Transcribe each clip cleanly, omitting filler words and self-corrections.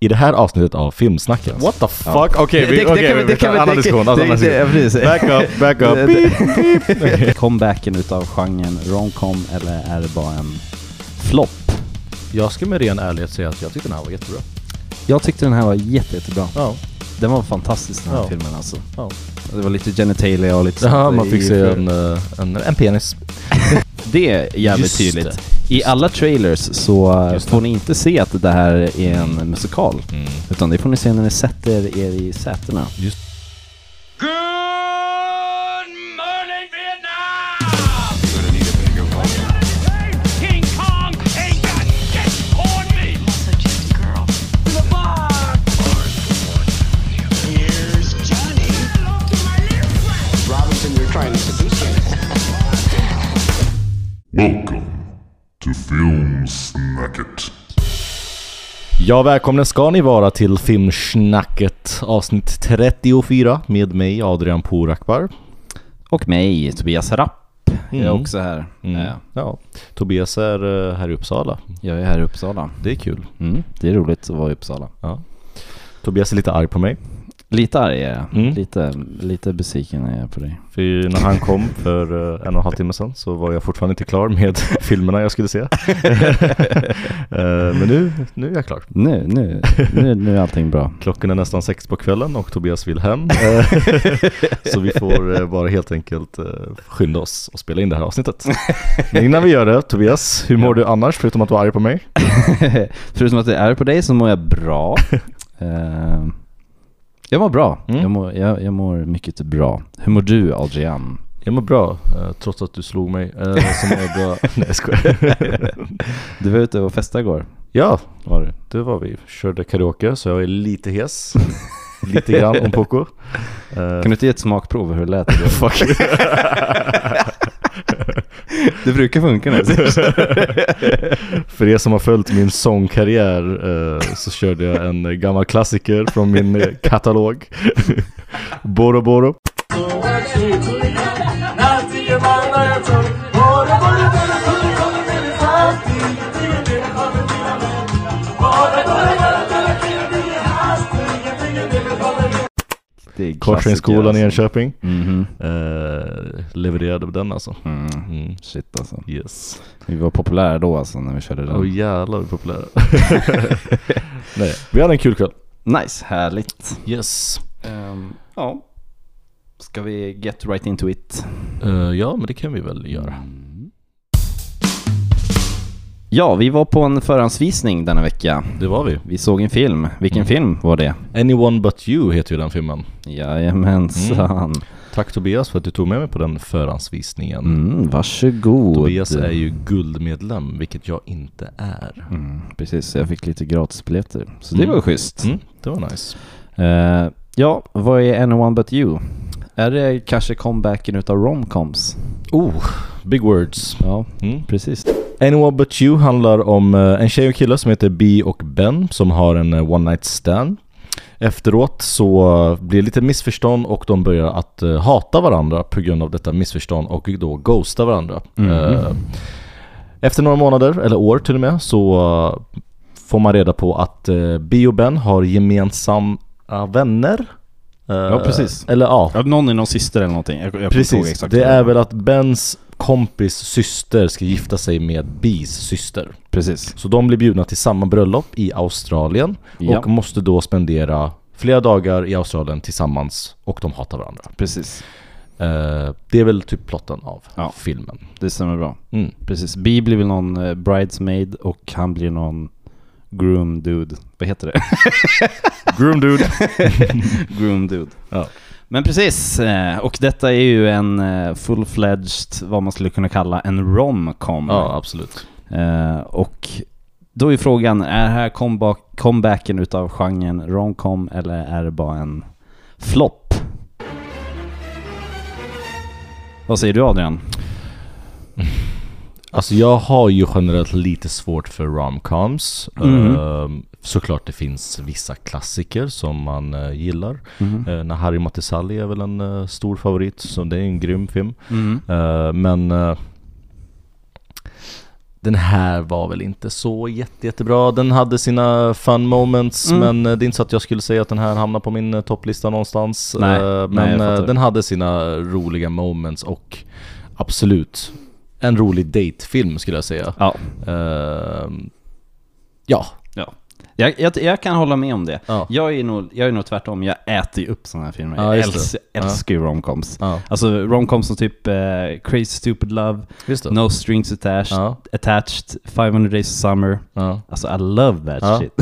I det här avsnittet av Filmsnacket. What the fuck? Okej, vi kan annan diskussion. Back up. Beep. Comebacken utav genren romcom, eller är det bara en flopp? Jag ska med ren ärlighet säga att jag tyckte den här var jättebra. Jag tyckte den här var jättebra. Ja. Den var fantastisk, den här filmen alltså. Ja. Det var lite genitalia och lite sånt. Ja, man fick se en penis. Det är jävligt tydligt. I alla trailers så får ni inte se att det här är en musikal. Utan det får ni se när ni sätter er i sätena. Just. Good morning, Vietnam! King Kong ain't got shit on me! Also just a girl. The bar! Here's Johnny. Robinson, you're trying to seduce me. Welcome to Filmsnacket. Ja, välkomna ska ni vara till Filmsnacket avsnitt 34 med mig Adrian Porakbar. Och mig, Tobias Rapp. Jag är också här. Ja, Tobias är här i Uppsala. Jag är här i Uppsala. Det är kul. Det är roligt att vara i Uppsala. Ja. Tobias är lite arg på mig. Lite arg är jag. Lite besviken är jag på dig. För när han kom för 1,5 timme sedan så var jag fortfarande inte klar med filmerna jag skulle se. Men nu är jag klar. Nu är allting bra. Klockan är nästan 6 på kvällen och Tobias vill hem. Så vi får bara helt enkelt skynda oss och spela in det här avsnittet. Men innan vi gör det, Tobias, hur mår du annars förutom att du är arg på mig? Förutom att jag är arg på dig så mår jag bra. Jag mår bra. Jag mår mycket bra. Hur mår du, Adrian? Jag mår bra, trots att du slog mig. Så mår jag bra. Nej, jag skojar. Du var ute och festade igår. Ja, var du? Det var vi. Körde karaoke, så jag är lite hes. Lite grann om Poco. Kan du inte ge ett smakprov hur det lät? Fuck. Det brukar funka nu. För er som har följt min sångkarriär så körde jag en gammal klassiker från min katalog. Boro Boro. Korträngsskolan i Enköping. Levererade den alltså. Shit alltså. Yes. Vi var populära då alltså när vi körde den. Jävlar populära. Nej, vi hade en kul kväll. Nice, härligt. Yes. Ja. Ska vi get right into it? Ja, men det kan vi väl göra. Ja, vi var på en förhandsvisning denna vecka. Det var vi. Vi såg en film. Vilken film var det? Anyone But You heter ju den filmen. Jajamensan. Tack Tobias för att du tog med mig på den förhandsvisningen. Varsågod. Tobias är ju guldmedlem, vilket jag inte är. Precis, jag fick lite gratisbiljetter. Så det var schysst. Det var nice. Ja, vad är Anyone But You? Är det kanske comebacken utav romcoms? Big words. Ja, precis. Anyone But You handlar om en tjej och kille som heter B och Ben som har en one night stand. Efteråt så blir det lite missförstånd och de börjar att hata varandra på grund av detta missförstånd och då ghosta varandra. Efter några månader, eller år till och med, så får man reda på att B och Ben har gemensamma vänner. Ja, precis. Eller ja, någon är någon syster eller någonting. Jag precis, exakt det är väl att Bens kompis syster ska gifta sig med B's syster. Precis. Så de blir bjudna till samma bröllop i Australien och måste då spendera flera dagar i Australien tillsammans och de hatar varandra. Precis. Det är väl typ plotten av filmen. Det stämmer bra. Precis. B blir väl någon bridesmaid och han blir någon groom dude. Vad heter det? Groom dude. Groom dude. Ja. Men precis, och detta är ju en full-fledged, vad man skulle kunna kalla en rom-com. Ja, absolut. Och då är frågan, är här comebacken utav genren rom-com eller är det bara en flopp? Vad säger du, Adrian? Alltså jag har ju generellt lite svårt för romcoms. Såklart det finns vissa klassiker som man gillar. Harry Met Sally är väl en stor favorit, så det är en grym film. Men den här var väl inte så jättebra. Den hade sina fun moments, men det är inte så att jag skulle säga att den här hamnar på min topplista någonstans. Men den hade sina roliga moments och absolut en rolig datefilm skulle jag säga. Ja. Jag kan hålla med om det. Ja. Jag är nog tvärtom. Jag äter ju upp sådana här filmer. Jag älskar ju romcoms. Alltså romcoms som typ Crazy Stupid Love, No Strings Attached, 500 Days of Summer. Alltså I love that shit.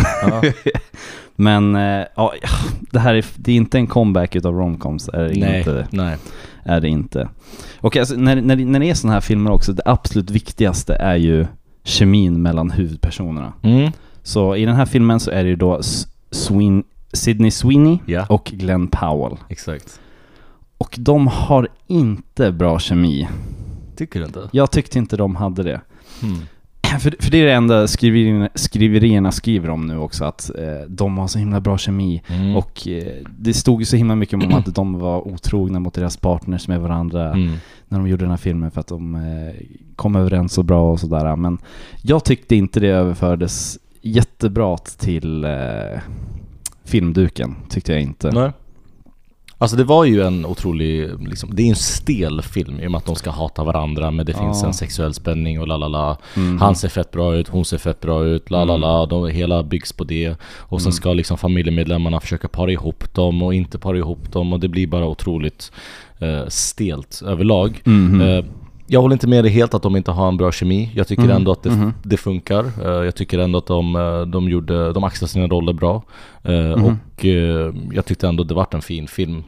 Men det här det är inte en comeback utav romcoms. Nej. Är det inte. Och alltså, när det är såna här filmer också, det absolut viktigaste är ju kemin mellan huvudpersonerna. Så i den här filmen så är det ju då Sydney Sweeney och Glenn Powell. Exakt. Och de har inte bra kemi. Tycker du inte? Jag tyckte inte de hade det. För det är det enda skriverierna skriver om nu också, att de har så himla bra kemi. Och det stod ju så himla mycket om att de var otrogna mot deras partners med varandra när de gjorde den här filmen, för att de kom överens så bra och sådär. Men jag tyckte inte det överfördes jättebra till filmduken, tyckte jag inte. Nej. Alltså det var ju en otrolig liksom, det är en stel film i och med att de ska hata varandra, men det finns en sexuell spänning och lalala. Han ser fett bra ut, hon ser fett bra ut, lalala. Hela byggs på det. Och sen ska liksom familjemedlemmarna försöka para ihop dem och inte para ihop dem, och det blir bara otroligt stelt överlag. Jag håller inte med dig helt att de inte har en bra kemi. Jag tycker ändå att det funkar. Jag tycker ändå att de axlade sina roller bra. Och jag tyckte ändå att det var en fin film.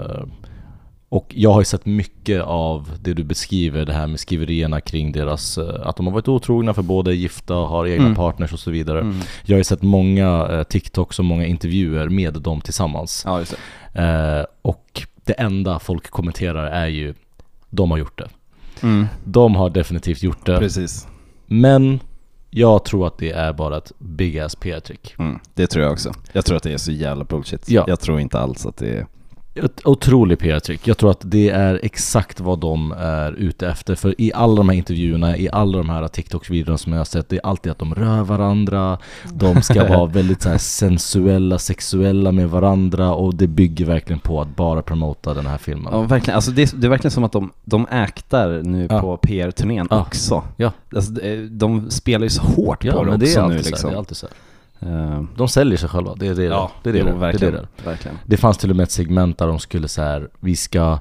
Och jag har ju sett mycket av det du beskriver, det här med skriverierna kring deras, att de har varit otrogna för både gifta och har egna partners och så vidare. Jag har ju sett många TikToks och många intervjuer med dem tillsammans. Ja, just det. Och det enda folk kommenterar är ju, de har gjort det. De har definitivt gjort det. Precis. Men jag tror att det är bara ett big ass PR-trick. Det tror jag också. Jag tror att det är så jävla bullshit. Jag tror inte alls att det är ett otroligt PR-trick. Jag tror att det är exakt vad de är ute efter. För i alla de här intervjuerna, i alla de här TikTok-videorna som jag har sett, det är alltid att de rör varandra. De ska vara väldigt så här sensuella, sexuella med varandra, och det bygger verkligen på att bara promota den här filmen. Ja, verkligen. Alltså det är verkligen som att de äktar nu på PR-turnén också. Ja. Alltså, de spelar ju så hårt på det också det är nu. Liksom. Det är alltid så här. De säljer sig själva. Det är det. Ja, det är det. Verkligen. Det är det. Det fanns till och med ett segment där de skulle så här, vi ska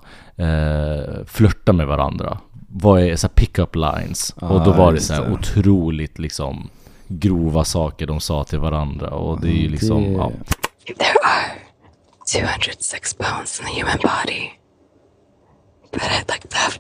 flirta med varandra. Vad är så här pick-up lines? Och då var det så här otroligt liksom grova saker de sa till varandra, och det är ju liksom There are 206 bones in the human body, but I'd like to have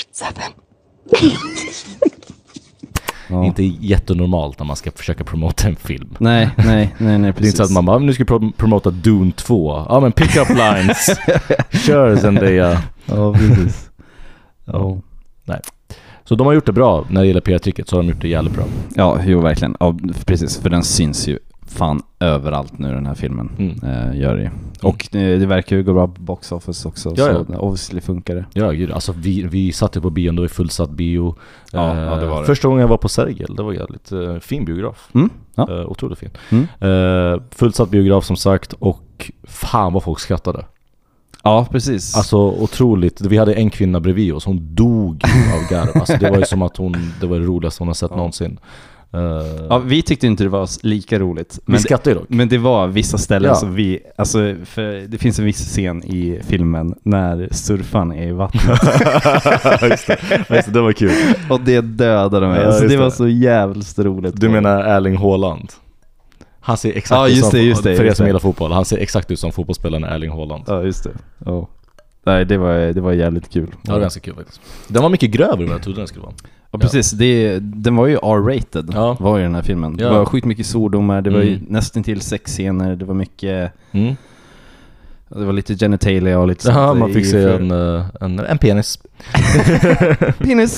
207. Inte jättenormalt när man ska försöka promota en film. Nej, precis. Det är inte så att man bara, nu ska promota Dune 2. Ja, men pick up lines. Kör Zendaya. Ja, precis. Nej. Så de har gjort det bra när det gäller PR-tricket, så har de gjort det jävligt bra. Ja, jo, verkligen. Ja, precis, för den syns ju fan överallt nu, den här filmen. Gör det ju. Och det verkar ju gå bra på box office också. Så obviously funkar det. Ja, gud. Alltså vi satt ju på bion, då var fullsatt bio. Ja, det var det. Första gången jag var på Sergel, det var jävligt fin biograf. Otroligt fin. Fullsatt biograf som sagt, och fan vad folk skrattade. Ja, precis. Alltså otroligt. Vi hade en kvinna bredvid oss, hon dog av garv. Alltså det var ju som att det var det roligaste hon har sett någonsin. Ja, vi tyckte inte det var lika roligt. Vi skrattade ju dock. Men det var vissa ställen som vi, alltså, för det finns en viss scen i filmen när surfan är i vattnet. Just det var kul. Och det dödade mig. Alltså, det var så jävligt roligt. Du menar Erling Haaland? Han ser exakt ut som, för er som gillar fotboll, han ser exakt ut som fotbollsspelaren Erling Haaland. Ja, just det. Nej, det var jävligt kul. Ja, det var ganska kul faktiskt. Den var mycket grövre än vad jag trodde den skulle vara. Ja, precis. Den var ju R-rated, var ju den här filmen. Det var sjukt mycket svordomar, det var ju nästan till sexscener, det var mycket... Det var lite genitalia och lite sånt. Ja, man fick se en penis. Penis!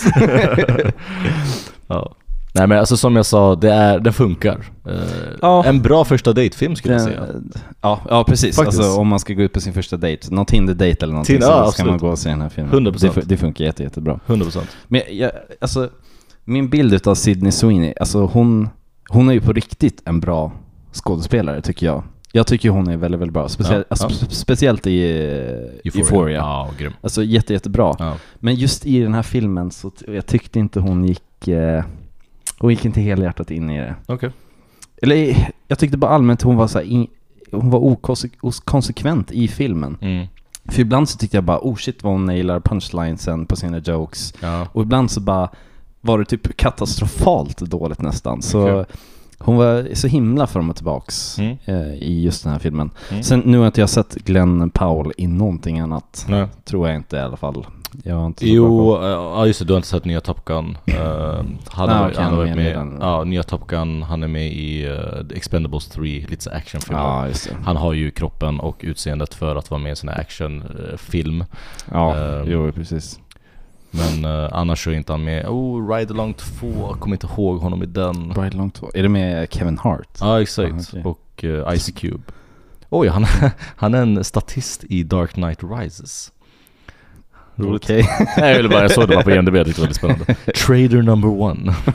Ja. Nej, men alltså som jag sa, den funkar. En bra första datefilm skulle jag säga. Ja, precis. Alltså, om man ska gå ut på sin första date, någon Tinder-date eller någonting, så ska man gå och se den här filmen. 100%. Det funkar jättebra. 100%. Men alltså, Min bild av Sydney Sweeney, alltså hon är ju på riktigt en bra skådespelare tycker jag. Jag tycker hon är väldigt, väldigt bra. Speciellt i Euphoria. Ja, grym. Alltså jättebra. Ja. Men just i den här filmen så jag tyckte inte hon gick inte helhjärtat in i det. Okej. Eller jag tyckte bara allmänt hon var hon var okonsekvent i filmen. För ibland så tyckte jag bara shit vad hon nailar punchlinesen på sina jokes. Ja. Och ibland så bara var det typ katastrofalt dåligt nästan. Så hon var så himla fram och tillbaks i just den här filmen. Sen nu har inte jag sett Glenn Powell i någonting annat. Nej. Tror jag inte i alla fall. Jag har inte just det, du har inte sett nya Top Gun. Han har varit med. Ja, nya Top Gun, han är med i Expendables 3, lite actionfilm. Ja, just det. Han har ju kroppen och utseendet för att vara med i en sån här actionfilm. Jo, precis. Men annars är inte han med. Ride Along 2, jag kommer inte ihåg honom i den. Ride Along 2, är det med Kevin Hart? Ja, exakt. Okay. Och Ice Cube. Han är en statist i Dark Knight Rises. Okej. Nej, jag såg det på IMDb, det var väldigt spännande. Trader number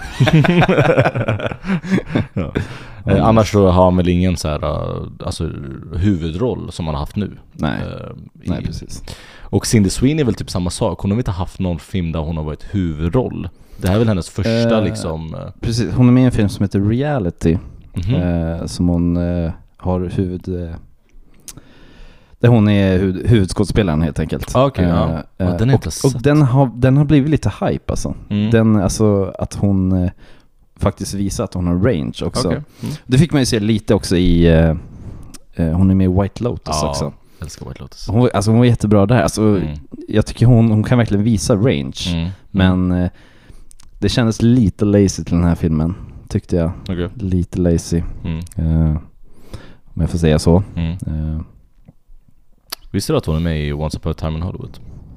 1. Annars så har han väl ingen så här, alltså, huvudroll som han har haft nu. Nej, precis. Och Sydney Sweeney är väl typ samma sak. Hon har inte haft någon film där hon har varit huvudroll. Det här är väl hennes första liksom... Precis, hon är med i en film som heter Reality. Som hon har där hon är huvudskådespelaren helt enkelt. Okej, den är och den har blivit lite hype alltså. Alltså att hon faktiskt visar att hon har range också. Okay. Det fick man ju se lite också i hon är med i White Lotus också. Jag älskar White Lotus. Hon var jättebra där. Alltså, jag tycker hon kan verkligen visa range. Men det kändes lite lazy till den här filmen, tyckte jag. Okay. Lite lazy. Om jag får säga så. Visste du att hon är med i Once Upon a Time in Hollywood?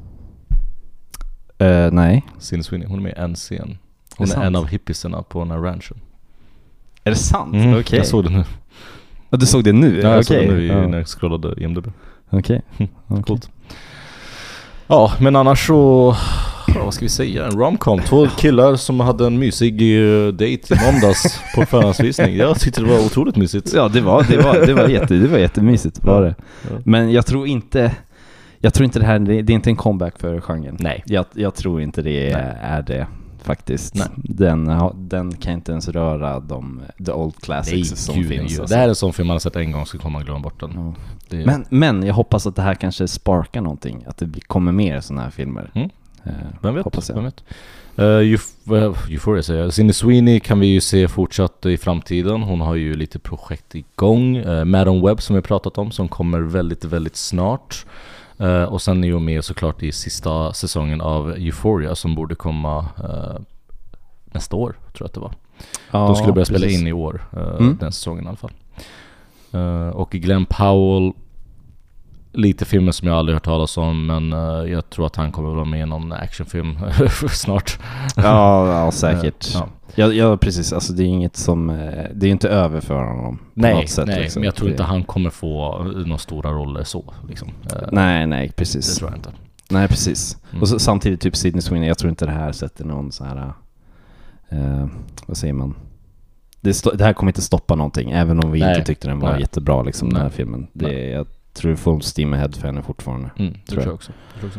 Nej. Sydney Sweeney, hon är med i en scen. Hon är en av hippiesarna på den här ranchen. Är det sant? Okay. Jag såg det nu. Ja, du såg det nu? Ja, jag såg det nu när jag scrollade IMDb. Okej. Coolt. Ja, men annars så... vad ska vi säga? En romcom. 2 killar som hade en mysig date i måndags på förhandsvisning. Jag tyckte det var otroligt mysigt. Ja, det var jättemysigt var det. Ja. Men jag tror inte det här, det är inte en comeback för genren. Nej. Jag tror inte det är det faktiskt. Nej. Den kan inte ens röra the old classics som finns. Det här är en sån film man har sett en gång, så kommer man glömma bort den. Ja. Men jag hoppas att det här kanske sparkar någonting, att det kommer mer såna här filmer. Vem vet? Euphoria säger jag. Sydney Sweeney kan vi ju se fortsatt i framtiden. Hon har ju lite projekt igång. Madam Web som vi pratat om, som kommer väldigt, väldigt snart. Och sen är hon med såklart i sista säsongen av Euphoria som borde komma nästa år, tror jag att det var. De skulle börja spela in i år, den säsongen i alla fall. Och Glenn Powell, lite filmer som jag aldrig hört talas om, men jag tror att han kommer att vara med i någon actionfilm snart. Ja, säkert. Ja, precis. Alltså det är inget som... det är inte över för honom på något sätt. Nej, liksom. Men jag tror inte han kommer få några stora roller så. Liksom. Nej, precis. Det tror jag inte. Nej, precis. Och så, samtidigt typ Sydney Sweeney, jag tror inte det här sätter någon så här... vad säger man? Det här kommer inte stoppa någonting, även om vi inte tyckte den var jättebra, liksom, den här filmen. Jag tror du får steam ahead för henne fortfarande. Tror jag också.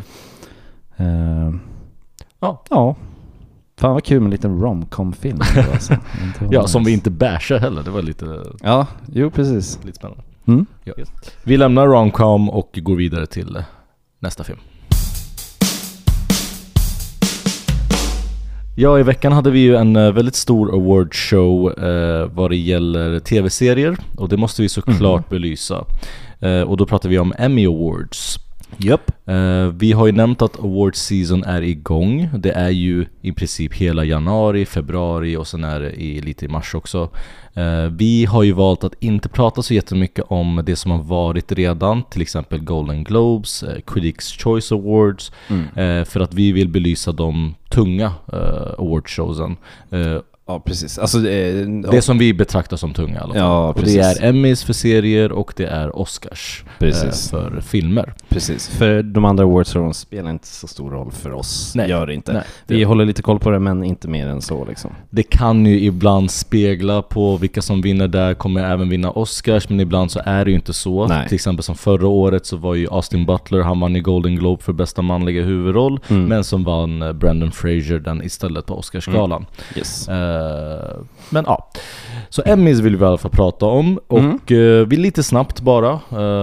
Ja. Fan vad kul med en liten romcom-film. Alltså. Ja, som vi inte bashar heller. Det var lite... Ja, jo precis. Lite spännande. Ja. Vi lämnar romcom och går vidare till nästa film. Ja, i veckan hade vi ju en väldigt stor awardshow vad det gäller tv-serier. Och det måste vi såklart belysa. Och då pratar vi om Emmy Awards. Yep. Vi har ju nämnt att awards season är igång. Det är ju i princip hela januari, februari och sen är det lite i mars också. Vi har ju valt att inte prata så jättemycket om det som har varit redan, till exempel Golden Globes, Critics' Choice Awards, för att vi vill belysa de tunga awardshowsen. Ja, precis. Alltså, det som vi betraktar som tunga i alla fall. Ja, och det är Emmys för serier och det är Oscars för filmer. Precis. För de andra awards spelar inte så stor roll för oss. Nej. Gör det inte. Nej. Vi håller lite koll på det, men inte mer än så liksom. Det kan ju ibland spegla på vilka som vinner där, kommer även vinna Oscars, men ibland så är det ju inte så. Nej. Till exempel som förra året så var ju Austin Butler, han vann i Golden Globe för bästa manliga huvudroll, men som vann Brendan Fraser den istället på Oscarsgalan. Yes. Men ja, så Emmys vill vi i alla fall prata om. Och vi lite snabbt bara.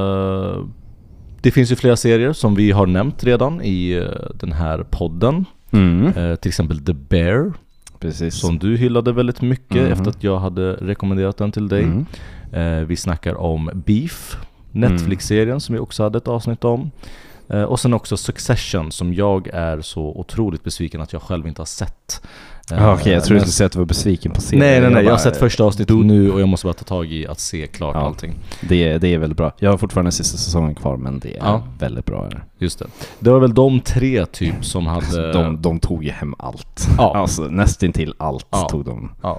Det finns ju flera serier som vi har nämnt redan i den här podden. Till exempel The Bear. Precis. Som du hyllade väldigt mycket efter att jag hade rekommenderat den till dig. Vi snackar om Beef, Netflix-serien som vi också hade ett avsnitt om. Och sen också Succession som jag är så otroligt besviken att jag själv inte har sett. Okej, jag tror du skulle säga att du var besviken på serien. Nej, jag har sett första avsnittet nu och jag måste bara ta tag i att se klart allting. Det är väldigt bra. Jag har fortfarande sista säsongen kvar, men det är väldigt bra. Just det. Det var väl de tre typ som hade... de tog ju hem allt. Ja. Alltså nästintill allt tog de. Ja.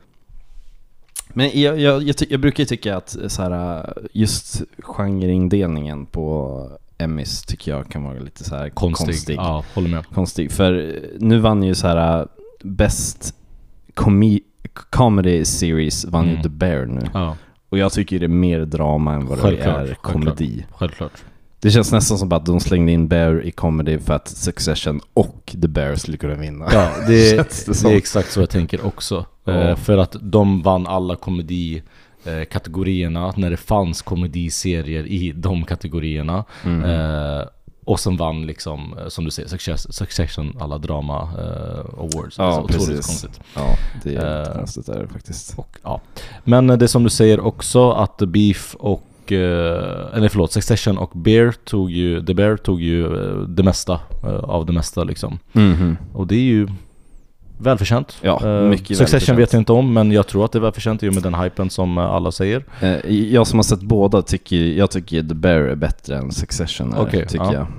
Men jag brukar tycka att så här, just genreindelningen på Emmys tycker jag kan vara lite så här konstig. Ja, håller med. Konstig. För nu vann ju så här Best Comedy Series vann ju The Bear nu. Ja. Och jag tycker det är mer drama än vad det är komedi. Självklart. Det känns nästan som att de slängde in Bear i comedy för att Succession och The Bear skulle kunna vinna. Ja, det är exakt så jag tänker också. För att de vann alla komedikategorierna när det fanns komediserier i de kategorierna. Och sen vann liksom, som du säger, Succession alla drama awards. Ja, otroligt konstigt. Ja, det är konstigt där faktiskt. Och, ja. Men det som du säger också att Beef och Succession och The Bear tog ju det mesta av det mesta liksom. Och det är ju välförtjänt. Ja, mycket Succession välförtjänt. vet jag inte om, men jag tror att det är välförtjänt i och med den hypen som alla säger. Jag som har sett båda tycker The Bear är bättre än Succession tycker jag.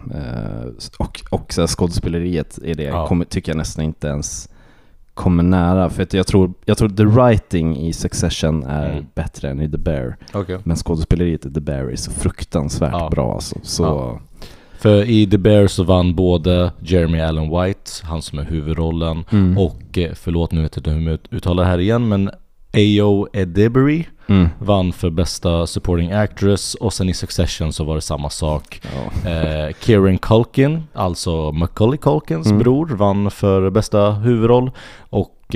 Och så här, skådespeleriet är det tycker jag nästan inte ens kommer nära, för att jag tror the writing i Succession är bättre än i The Bear. Men skådespeleriet i The Bear är så fruktansvärt bra alltså. Så för i The Bear så vann både Jeremy Allen White, han som är huvudrollen, och förlåt nu vet jag inte hur jag uttalar det här igen, men Ayo Edebiri vann för bästa supporting actress, och sen i Succession så var det samma sak. Kieran Culkin, alltså Macaulay Culkins bror, vann för bästa huvudroll, och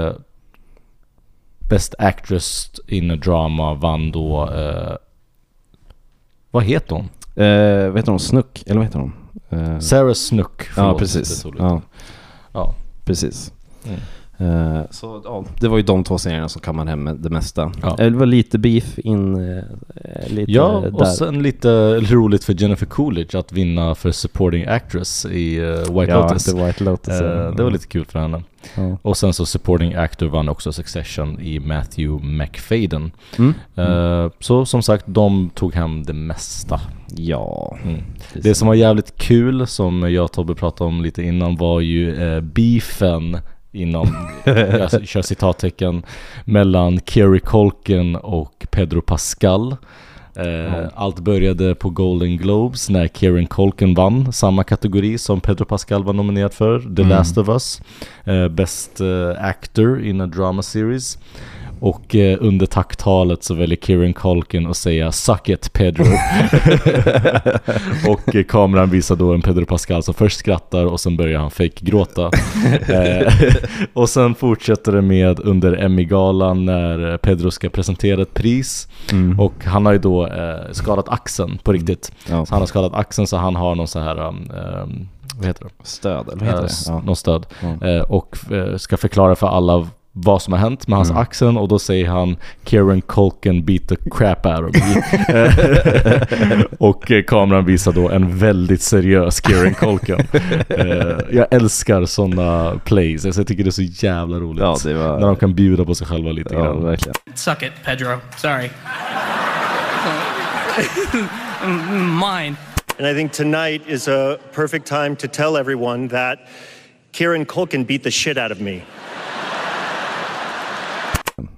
Best Actress in a Drama vann då vad heter hon? Vet hon Snook? Eller vad heter hon? Sarah Snook. Ja, precis. Ja, precis. Så det var ju de två serierna som kammade hem det mesta. Det var lite beef lite där. Och sen lite roligt för Jennifer Coolidge att vinna för supporting actress i White Lotus. White Lotus. Det var lite kul för henne. Och sen så supporting actor vann också Succession i Matthew McFadden. Så som sagt, de tog hem det mesta. Ja. Det som var jävligt kul, som jag och Tobbe pratade om lite innan, var ju beefen inom, jag kör citattecken, mellan Kerry Culkin och Pedro Pascal. Allt började på Golden Globes när Kieran Culkin vann samma kategori som Pedro Pascal var nominerad för, The Last of Us, Best Actor in a Drama Series. Och under tacktalet så väljer Kieran Culkin att säga "Suck it, Pedro". Och kameran visar då en Pedro Pascal som först skrattar och sen börjar han fake-gråta. Och sen fortsätter det med under Emmy-galan när Pedro ska presentera ett pris. Och han har ju då skadat axeln på riktigt. Så han har skadat axeln, så han har någon så här vad heter det? Stöd, eller vad heter det? Någon stöd. Och ska förklara för alla vad som har hänt med hans axeln, och då säger han "Kieran Culkin beat the crap out of me". Och kameran visar då en väldigt seriös Kieran Culkin. Jag älskar sådana plays, jag tycker det är så jävla roligt. Ja, det var... när de kan bjuda på sig själva lite grann. Verkligen. Suck it, Pedro. Sorry. Mine. And I think tonight is a perfect time to tell everyone that Kieran Culkin beat the shit out of me.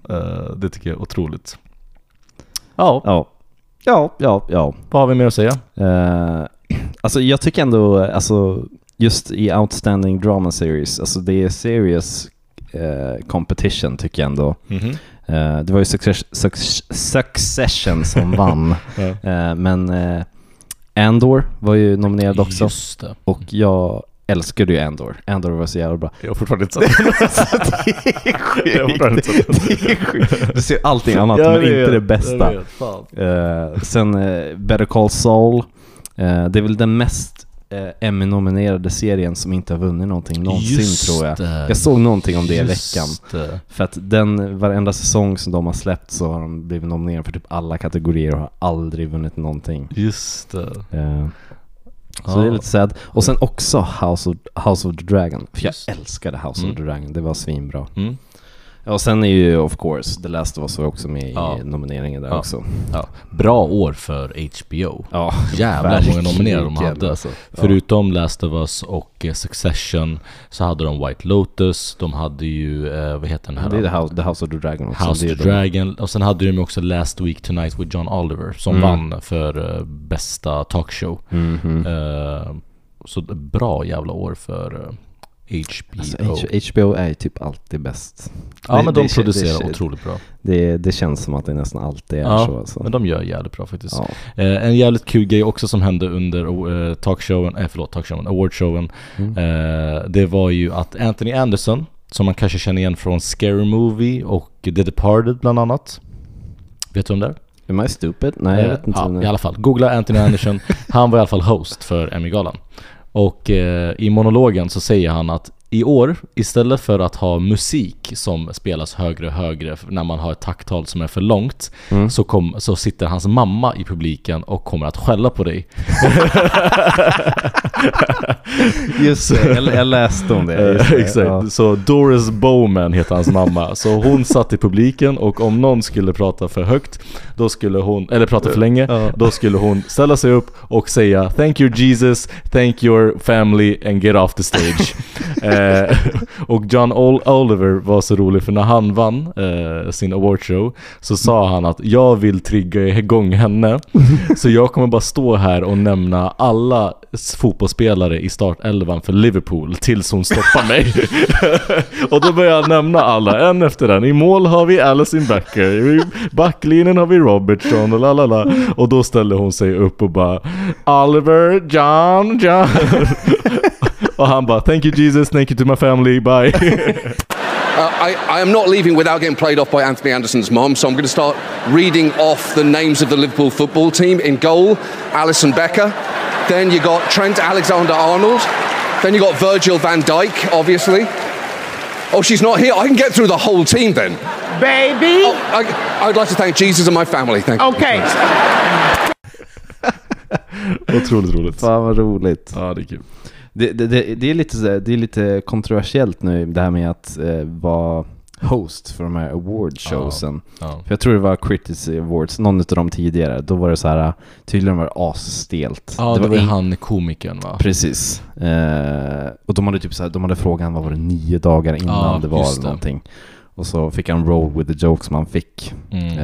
Det tycker jag är otroligt. Ja. Vad har vi mer att säga? Alltså jag tycker ändå, alltså just i Outstanding Drama Series, alltså det är serious competition tycker jag ändå. Det var ju Succession som vann. Men Andor var ju nominerad också. Just det. Och jag älskade ju Andor. Andor var så jävla bra. Jag har fortfarande inte sett det är sjukt. Du ser allting annat men inte det bästa. Sen Better Call Saul. Det är väl den mest Emmy-nominerade serien som inte har vunnit någonting någonsin, tror jag. Jag såg någonting om det i veckan. För att varenda säsong som de har släppt så har de blivit nominerade för typ alla kategorier och har aldrig vunnit någonting. Just det. Så det är lite sad. Och sen också House of the Dragon. För jag älskade House of the Dragon. Det var svinbra. Ja, och sen är ju of course The Last of Us var också med i nomineringen där också. Bra år för HBO. Jävlar många nominerade de hade. Alltså. Förutom Last of Us och Succession så hade de White Lotus. De hade ju, vad heter den här? Det är The House of the Dragon också. House of the Dragon. Och sen hade de också Last Week Tonight with John Oliver som vann för bästa talkshow. Så bra jävla år för HBO. Alltså, HBO är typ alltid bäst. Ja, men de producerar otroligt bra. Det känns som att det nästan alltid är så. Alltså. Men de gör jävligt bra faktiskt. En jävligt kul grej också som hände under awardshowen. Det var ju att Anthony Anderson, som man kanske känner igen från Scary Movie och The Departed bland annat. Vet du om det är? Am I stupid? Nej, jag vet inte. I alla fall, googla Anthony Anderson. Han var i alla fall host för Emmy-galan. Och i monologen så säger han att i år, istället för att ha musik som spelas högre och högre när man har ett tacktal som är för långt, så sitter hans mamma i publiken och kommer att skälla på dig. Just det, jag läste om det. Exakt. Så Doris Bowman heter hans mamma. Så hon satt i publiken och om någon skulle prata för högt, då skulle hon, eller prata för länge, då skulle hon ställa sig upp och säga "Thank you Jesus, thank your family and get off the stage." Och John Oliver var så rolig för när han vann sin awardshow så sa han att jag vill trigga igång henne, så jag kommer bara stå här och nämna alla fotbollsspelare i startelvan för Liverpool tills hon stoppar mig. Och då börjar jag nämna alla en efter en. I mål har vi Alisson Becker, i backlinjen har vi Robertson och lalala. Och då ställer hon sig upp och bara Oliver, John. Och han bara, thank you Jesus, thank you to my family, bye. I am not leaving without getting played off by Anthony Anderson's mom, so I'm going to start reading off the names of the Liverpool football team. In goal, Alisson Becker. Then you got Trent Alexander-Arnold. Then you got Virgil van Dijk, obviously. Oh, she's not here. I can get through the whole team then. Baby! Oh, I'd like to thank Jesus and my family. Thank you. Okay. Otroligt roligt. Fan vad roligt. Ja, det är kul. Det är lite kontroversiellt nu det här med att vara host för de här awardshowsen. För jag tror det var Critics Awards, någon av dem tidigare. Då var det så här, tydligen var det asstelt. Ja, det var han komikern, va? Precis. Och de hade typ så här, de hade frågan vad var det 9 dagar innan det var någonting. Och så fick han roll with the jokes man fick.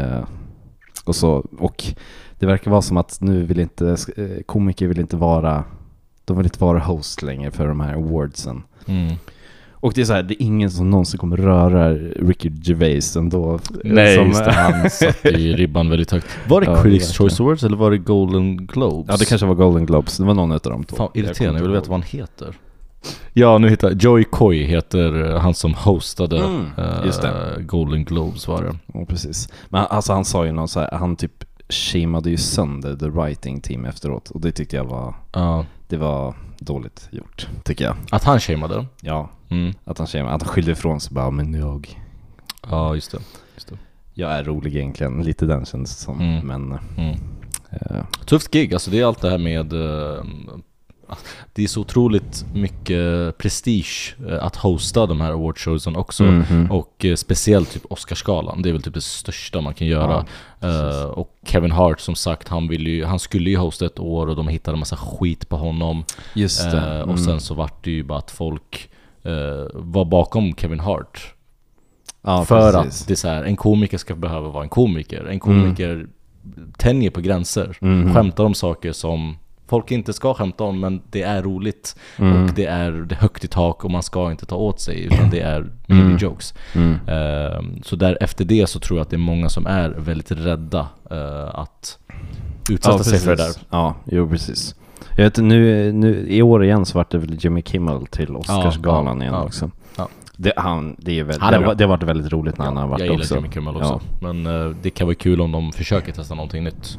Och det verkar vara som att nu vill inte komiker vill inte vara host längre för de här awardsen. Och det är så här, det är ingen som någonsin kommer röra Ricky Gervais ändå. Nej, just det, han satt i ribban väldigt högt. Var det Critics Choice Awards eller var det Golden Globes? Ja, det kanske var Golden Globes. Det var någon av dem. Fan, irriterande. Jag vill veta vad han heter. Ja, nu hittar Joey Coy heter han som hostade Golden Globes var det. Ja, precis. Men alltså han sa ju någon så här, han typ shameade ju sönder the writing team efteråt. Och det tyckte jag var det var dåligt gjort, tycker jag. Att han shameade? Ja, att han shameade. Att han skyllde ifrån sig bara, men jag... Ja, just det. Jag är rolig egentligen, lite den känns det som. Men... Tufft gig, alltså det är allt det här med... det är så otroligt mycket prestige att hosta de här awardshowsen också. Och speciellt typ Oscarsgalan. Det är väl typ det största man kan göra. Och Kevin Hart, som sagt, han skulle ju hosta ett år och de hittade en massa skit på honom. Just det. Och sen så vart det ju bara att folk var bakom Kevin Hart. för att det är så här, en komiker ska behöva vara en komiker. En komiker tänjer på gränser, skämtar om saker som folk inte ska skämta om, men det är roligt och det är högt i tak och man ska inte ta åt sig, utan det är jokes. Så där efter det så tror jag att det är många som är väldigt rädda att utsätta sig för det där. Ja, jo precis. Jag vet nu i år igen så var det väl Jimmy Kimmel till Oscarsgalan igen också. Ja. Det har varit väldigt roligt när han har varit också. Jag gillar Jimmy Kimmel också. Men det kan vara kul om de försöker testa någonting nytt.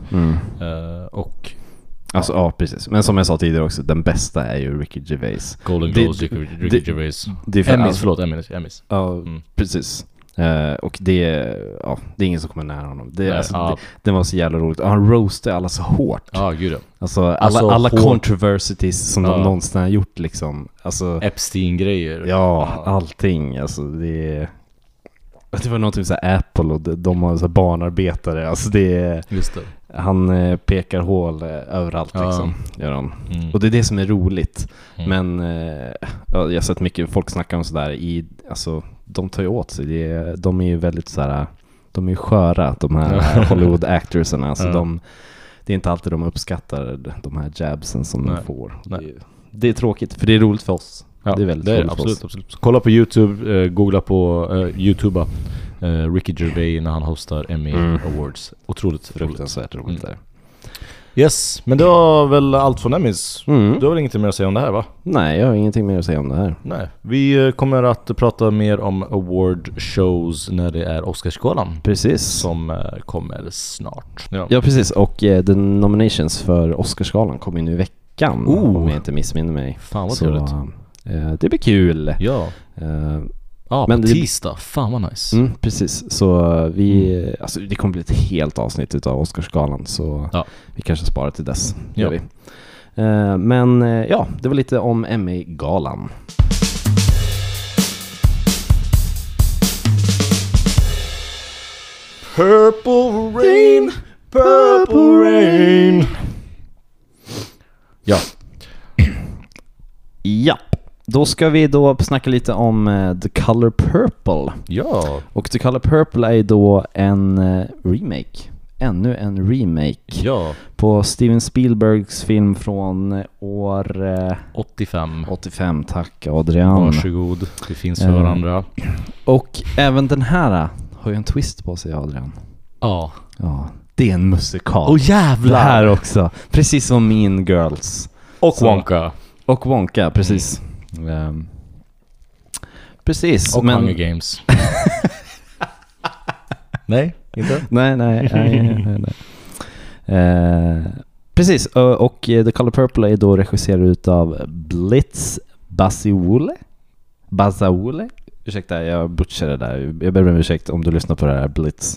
Och alltså, precis. Men som jag sa tidigare också, den bästa är ju Ricky Gervais. Golden Globes, Ricky Gervais. Emmys. Ja, precis. Och det är ingen som kommer nära honom. Det var så jävla roligt. Han roastade alla så hårt. Ja, gud. Alltså alla controversies som de någonsin har gjort liksom. Alltså, Epstein-grejer. Ja, allting. Alltså det var någonting så här Apple och de har så barnarbetare. Alltså just det. Han pekar hål överallt liksom, gör han. Och det är det som är roligt. Men jag har sett mycket folk snacka om sådär alltså de tar ju åt sig. De är ju väldigt såhär, de är ju sköra, de här Hollywood actorserna. Alltså det är inte alltid de uppskattar de här jabsen som de får. Det är tråkigt, för det är roligt för oss. Ja, det är väldigt roligt absolut, för oss. Absolut. Kolla på YouTube, googla på YouTube Ricky Gervais när han hostar Emmy Awards. Otroligt fruktansvärt roligt där. Yes, men det var väl allt från Emmys. Du har väl ingenting mer att säga om det här, va? Nej, jag har ingenting mer att säga om det här. Nej, vi kommer att prata mer om award shows när det är Oscarsgalan. Precis. Som kommer snart. Ja, precis. Och the nominations för Oscarsgalan kommer nu i veckan. Om jag inte missminner mig. Fan vad trevligt. Det blir kul. Ja. Men på tisdag, fan vad nice. Precis, så alltså det kommer bli ett helt avsnitt utav Oscarsgalan, så vi kanske sparar till dess. Gör vi. Men det var lite om Emmy-galan. Purple rain, purple rain. Ja. Då ska vi då snacka lite om The Color Purple. Ja. Och The Color Purple är då en remake. Ännu en remake. På Steven Spielbergs film från år 85. 85, tack Adrian. Varsågod, det finns för varandra. Och även den här har ju en twist på sig, Adrian. Ja. Det är en musikal. Jävlar! Det här också. Precis som Mean Girls. Och Wonka, precis. Precis. Och Hunger Games. Nej, inte? Nej. Precis, och The Color Purple är då regisserad utav Blitz Bazawule. Ursäkta, jag butchade det där. Jag ber om ursäkt om du lyssnar på det här, Blitz.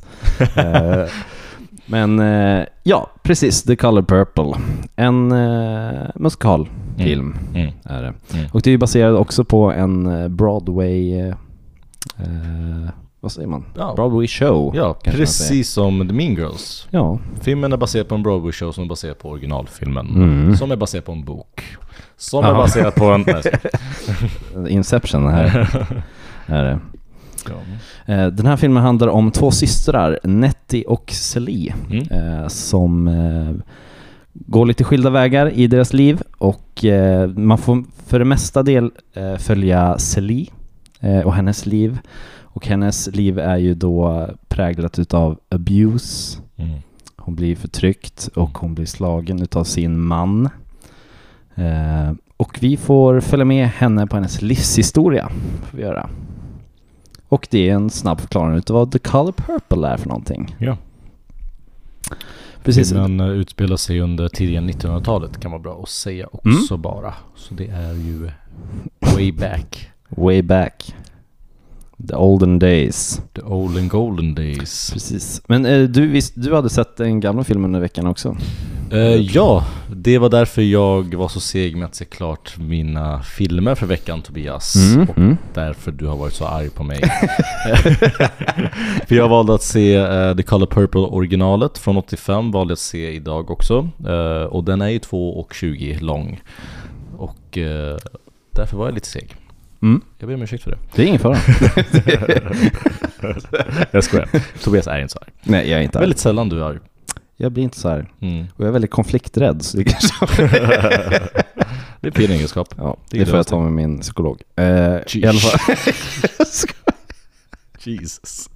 Men precis, The Color Purple. En musikalfilm är det. Och det är baserad också på en Broadway vad säger man? Broadway show. Ja, precis som The Mean Girls. Ja. Filmen är baserad på en Broadway show som är baserad på originalfilmen. Som är baserad på en bok. Som är baserad på en Inception här. Är det. Den här filmen handlar om två systrar, Nettie och Celie, som går lite skilda vägar i deras liv, och man får för det mesta del följa Celie och hennes liv, och hennes liv är ju då präglat utav abuse. Hon blir förtryckt och hon blir slagen utav sin man, och vi får följa med henne på hennes livshistoria, får vi göra. Och det är en snabb förklaring utav vad The Color Purple är för någonting. Ja. Precis. Filmen utspelar sig under tidiga 1900-talet, kan vara bra att säga också bara. Så det är ju way back. Way back. The olden days. The old and golden days. Precis. Men du hade sett den gamla filmen under veckan också? Ja, det var därför jag var så seg med att se klart mina filmer för veckan, Tobias. Och därför du har varit så arg på mig. För jag valde att se The Color Purple originalet från 85, valde att se idag också. Och den är ju 2:20 lång. Och därför var jag lite seg. Jag ber om ursäkt för det. Det är ingen fara. Jag skojar. Tobias är inte så arg. Nej, jag är inte arg. Väldigt sällan du är arg. Jag blir inte så arg. Och jag är väldigt konflikträdd. Så det är fin egenskap. Ja, det får jag ta med min psykolog. I alla fall. Jesus.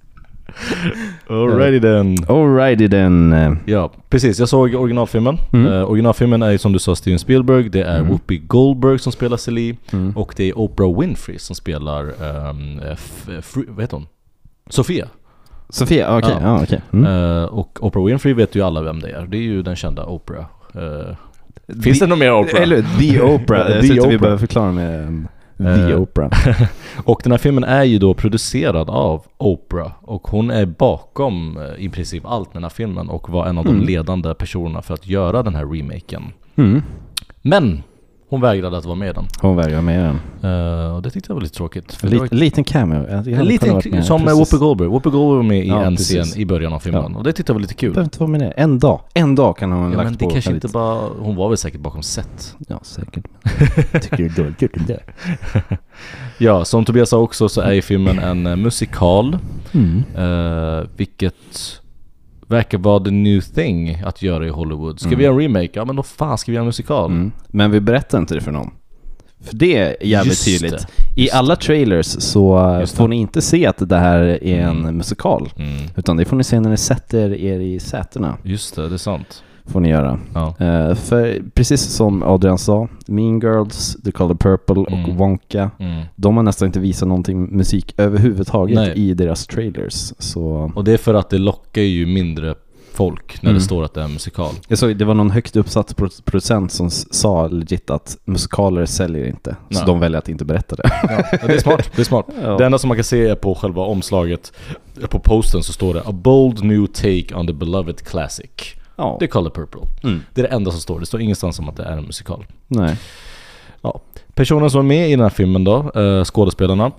Alrighty then. Ja, precis. Jag såg originalfilmen. Originalfilmen är ju som du sa Steven Spielberg. Det är Whoopi Goldberg som spelar Celie. Och det är Oprah Winfrey som spelar vad heter hon? Sofia, okej. Ja. Okay. Och Oprah Winfrey vet ju alla vem det är. Det är ju den kända Oprah. Finns det någon mer Oprah? Eller The Oprah. Jag tyckte vi behöver förklara med The Oprah. Och den här filmen är ju då producerad av Oprah. Och hon är bakom i princip allt den här filmen. Och var en av de ledande personerna för att göra den här remaken. Men hon vägrade att vara med i den. Och det tyckte jag var lite tråkigt. Liten cameo. Som Whoopi Goldberg. Whoopi Goldberg var med i en scen i början av filmen. Och det tyckte jag var lite kul. Behöver inte vara med det. En dag kan hon lagt men det på. Kanske inte bara, hon var väl säkert bakom set. Ja, säkert. Tycker det är dåligt gjort det. Ja, som Tobias sa också så är ju filmen en musikal. Vilket verkar vara the new thing att göra i Hollywood. Ska vi göra en remake? Ja, men då fan ska vi göra en musikal. Men vi berättar inte det för någon. För det är jävligt tydligt. I alla trailers så får ni inte se att det här är en musikal. Utan det får ni se när ni sätter er i sätena. Just det är sant. Får ni göra. Ja. För precis som Adrian sa, Mean Girls, The Color Purple och Wonka, de har nästan inte visat någonting musik överhuvudtaget i deras trailers. Så. Och det är för att det lockar ju mindre folk när det står att det är en musikal. Jag såg, det var någon högt uppsatt producent som sa legit att musikaler säljer inte. Så de väljer att inte berätta det. Ja, det är smart. Ja. Det enda som man kan se är på själva omslaget. På posten så står det A bold new take on the beloved classic. The Color Purple. Det är det enda som står. Det står ingenstans om att det är en musikal. Nej. Ja. Personen som är med i den här filmen då, skådespelarna.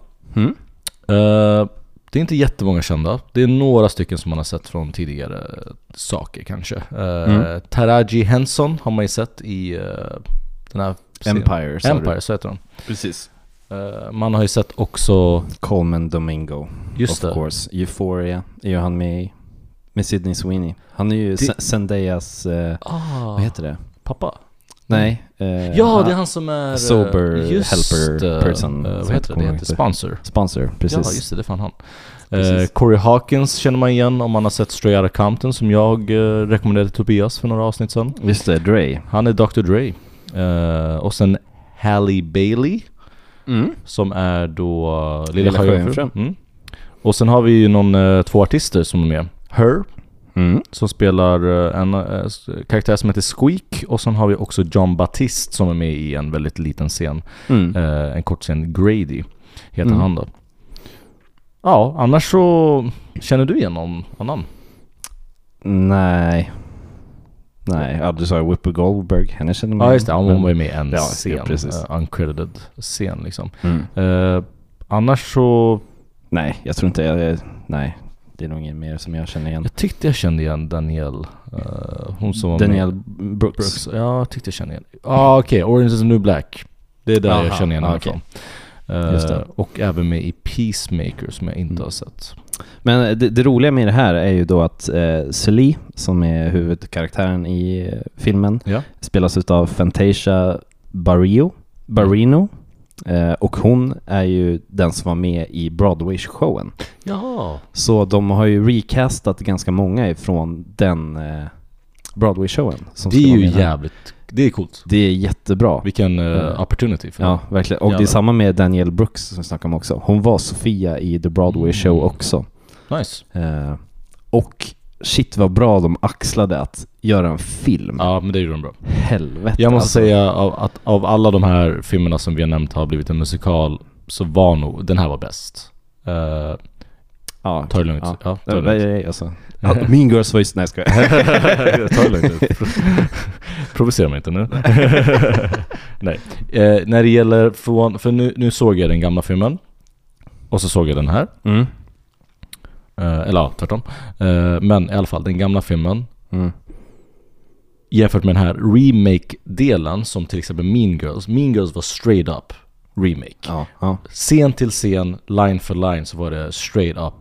Det är inte jättemånga kända. Det är några stycken som man har sett från tidigare saker kanske. Taraji Henson har man ju sett i den här Empire så heter den. Precis. Man har ju sett också Colman Domingo. Just of course. Euphoria är ju han med Sydney Sweeney. Han är ju Zendayas vad heter det? Pappa? Nej. Ja, det är han som är sober helper person. Vad heter det? Det heter Sponsor, precis. Ja, just det, det är fan han. Corey Hawkins känner man igen om man har sett Straight Outta Compton som jag rekommenderade Tobias för några avsnitt sedan. Visst det, Dre. Han är Dr. Dre. Och sen Halle Bailey som är då Lilla Sjöjungfrun. Och sen har vi ju två artister som är med. Her som spelar en karaktär som heter Squeak. Och sen har vi också John Batiste som är med i en väldigt liten scen. En kort scen. Grady heter han då. Ja, annars så känner du igen någon annan? Nej, du sa Whoopi Goldberg. Henne känner man. Ja, just det. Hon var med i en scen. Ja, precis. Uncredited scen liksom. Annars så... Nej, jag tror inte nej. Det är nog ingen mer som jag känner igen. Jag tyckte jag kände igen Danielle. Hon som var Danielle Brooks. Ja, jag tyckte jag kände igen. Okej. Orange is the New Black. Det är där jag känner igen henne från. Och även med i Peacemaker som jag inte har sett. Men det roliga med det här är ju då att Celie, som är huvudkaraktären i filmen, spelas utav Fantasia Barrino. Och hon är ju den som var med i Broadway-showen. Ja. Så de har ju recastat ganska många ifrån den Broadway-showen. Det är ju jävligt... Det är coolt. Det är jättebra. Vilken opportunity för ja, verkligen. Och det är samma med Danielle Brooks som snackar om också. Hon var Sofia i The Broadway Show också. Nice. Och shit vad bra de axlade att göra en film. Ja, men det gjorde de bra. Helvete. Jag måste säga att av alla de här filmerna som vi har nämnt har blivit en musikal, så var nog den här var bäst. Ja, ta det lugnt. Ja, ta det lugnt. Alltså. Mean Girls var ju... Nej, ska jag. Ta det lugnt. Provocera mig inte nu. Nej. När det gäller... För nu såg jag den gamla filmen. Och så såg jag den här. Eller ja, tvärtom. Men i alla fall, den gamla filmen. Jämfört med den här remake-delen som till exempel Mean Girls. Mean Girls var straight up remake. Ja. Scen till scen, line för line så var det straight up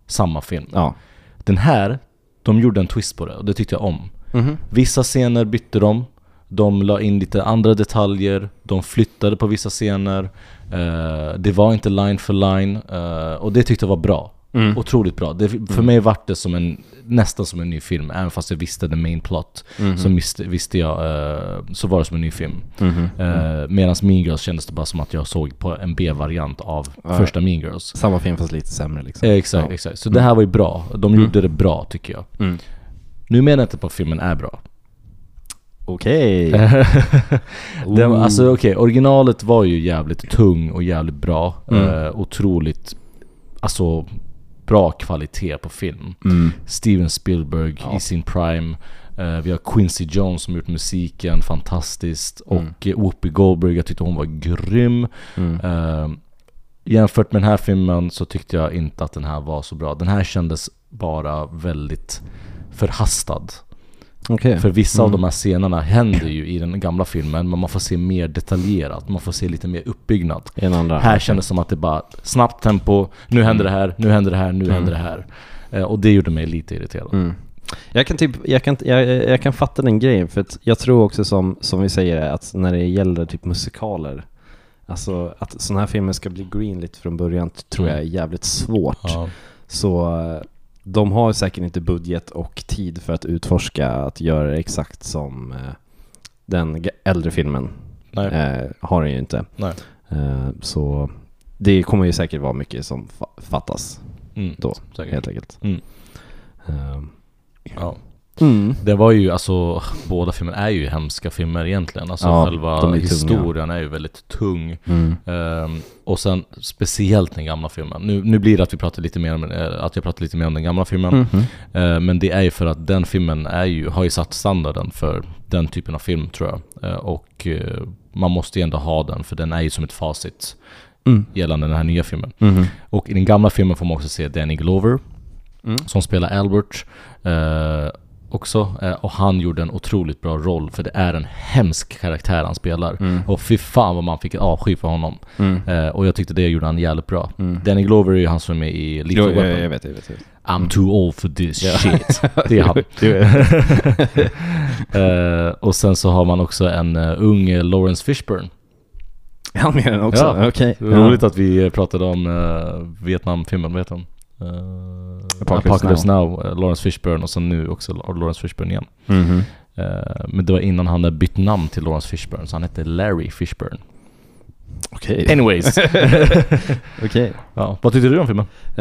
samma film. Ja. Den här, de gjorde en twist på det och det tyckte jag om. Vissa scener bytte de la in lite andra detaljer, de flyttade på vissa scener, det var inte line för line, och det tyckte jag var bra. Otroligt bra. För mig var det som nästan som en ny film, även fast jag visste the main plot, så visste jag, så var det som en ny film. Medan Mean Girls kändes det bara som att jag såg på en B-variant av första Mean Girls. Samma film fast lite sämre liksom. Exakt. Så det här var ju bra. De gjorde det bra tycker jag. Nu menar jag inte på att filmen är bra. Okej. Alltså originalet var ju jävligt tung och jävligt bra. Otroligt, alltså bra kvalitet på film. Steven Spielberg i sin prime. Vi har Quincy Jones som gjort musiken fantastiskt. Och Whoopi Goldberg, jag tyckte hon var grym. Jämfört med den här filmen så tyckte jag inte att den här var så bra. Den här kändes bara väldigt förhastad. För vissa av de här scenerna händer ju i den gamla filmen, men man får se mer detaljerat, man får se lite mer uppbyggnad. Här kändes det som att det bara snabbt tempo, nu händer det här, nu händer det här, nu händer det här. Och det gjorde mig lite irriterad. Jag kan fatta den grejen, för att jag tror också som vi säger att när det gäller typ musikaler, alltså att såna här filmer ska bli greenlit från början tror jag är jävligt svårt. Så de har säkert inte budget och tid för att utforska att göra det exakt som den äldre filmen har den ju inte. Så det kommer ju säkert vara mycket som fattas då, säkert. Helt enkelt. Det var ju, alltså båda filmerna är ju hemska filmer egentligen. Alltså själva historien är ju väldigt tung. Och sen speciellt den gamla filmen. Nu blir det att vi pratar lite mer om att jag pratar lite mer om den gamla filmen. Men det är ju för att den filmen har ju satt standarden för den typen av film, tror jag. Och man måste ju ändå ha den, för den är ju som ett facit gällande den här nya filmen. Och i den gamla filmen får man också se Danny Glover som spelar Albert också, och han gjorde en otroligt bra roll, för det är en hemsk karaktär han spelar. Och fy fan vad man fick avsky för honom. Och jag tyckte det gjorde han jävligt bra. Danny Glover är ju han som är med i Lethal Weapon. Jag vet. I'm too old for this shit. Det är han. Och sen så har man också en ung Lawrence Fishburne. Han med den också? Okej. Roligt att vi pratade om Vietnamfilmen, vet han? Apocalypse Now, Lawrence Fishburne, och sen nu också Lawrence Fishburne igen. Men det var innan han hade bytt namn till Lawrence Fishburne, så han hette Larry Fishburne. Okej. Anyways. Okej. Ja, vad tyckte du om filmen?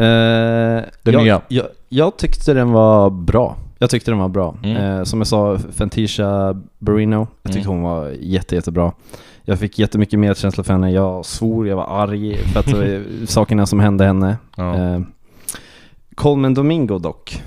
Jag tyckte den var bra. Som jag sa, Fantasia Barrino, jag tyckte hon var jättebra. Jag fick jättemycket mer känsla för henne. Jag svor, jag var arg för att sakerna som hände henne. Colman Domingo dock,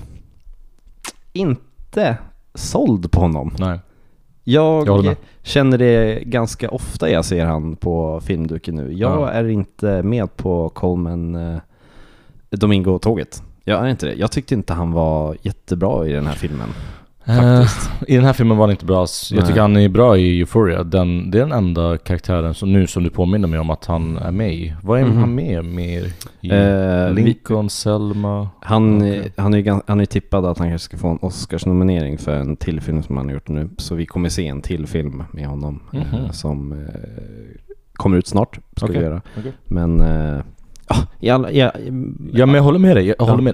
inte såld på honom. Nej. Jag känner det ganska ofta jag ser han på filmduken nu. Jag är inte med på Colman Domingo-tåget. Jag är inte det. Jag tyckte inte han var jättebra i den här filmen. I den här filmen var han inte bra. Jag tycker han är bra i Euphoria. Det är den enda karaktären som du påminner mig om att han är med i. Vad är han med i? Lincoln, Selma? Han är tippad att han kanske ska få en Oscars-nominering för en till film som han har gjort nu. Så vi kommer se en till film med honom som kommer ut snart. Ska vi göra. Men men jag håller med dig. Jag håller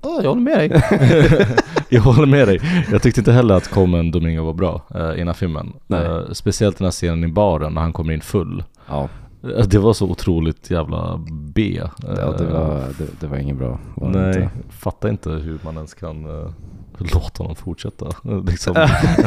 med dig. Jag tyckte inte heller att Colman Domingo var bra i den här filmen. Speciellt den här scenen i baren när han kommer in full. Det var så otroligt jävla B. Det var ingen bra. Nej, fattar inte hur man ens kan låta honom fortsätta. Liksom.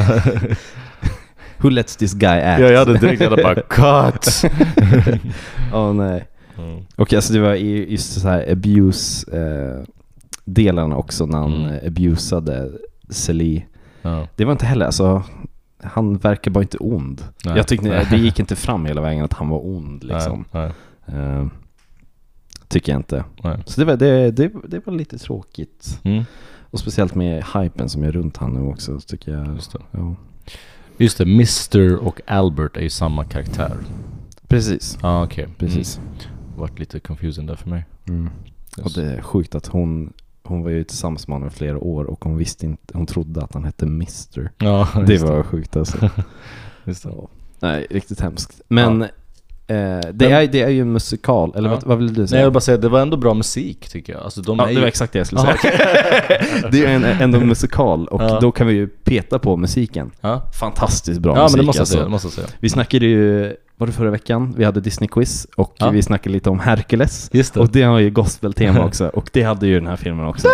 Who lets this guy act? Jag hade direkt bara cut. Nej. Okej, alltså det var just så här abuse delarna också när han abusade Celie. Det var inte heller, alltså han verkar bara inte ond. Jag tyckte det gick inte fram hela vägen att han var ond liksom. Tycker jag inte. Så det var lite tråkigt. Och speciellt med hypen som är runt han nu också, tycker jag. Just det, Mr. och Albert är ju samma karaktär. Precis. Okej. Precis. Vart lite confusing där för mig. Och det är sjukt att hon hon var ju tillsammans med honom i flera år och hon visste inte, hon trodde att han hette Mr. Ja, det var sjukt alltså. Just det. Nej, riktigt hemskt. Men det är ju en musikal. Eller vad vill du säga? Nej, jag vill bara säga, det var ändå bra musik tycker jag. Alltså, det var exakt det jag skulle säga. Det är ändå en musikal. Och då kan vi ju peta på musiken. Fantastiskt bra musik. Men det måste jag säga. Vi snackade ju, var det förra veckan? Vi hade Disney-quiz. Och vi snackade lite om Hercules. Just det. Och det har ju gospel-tema också. Och det hade ju den här filmen också.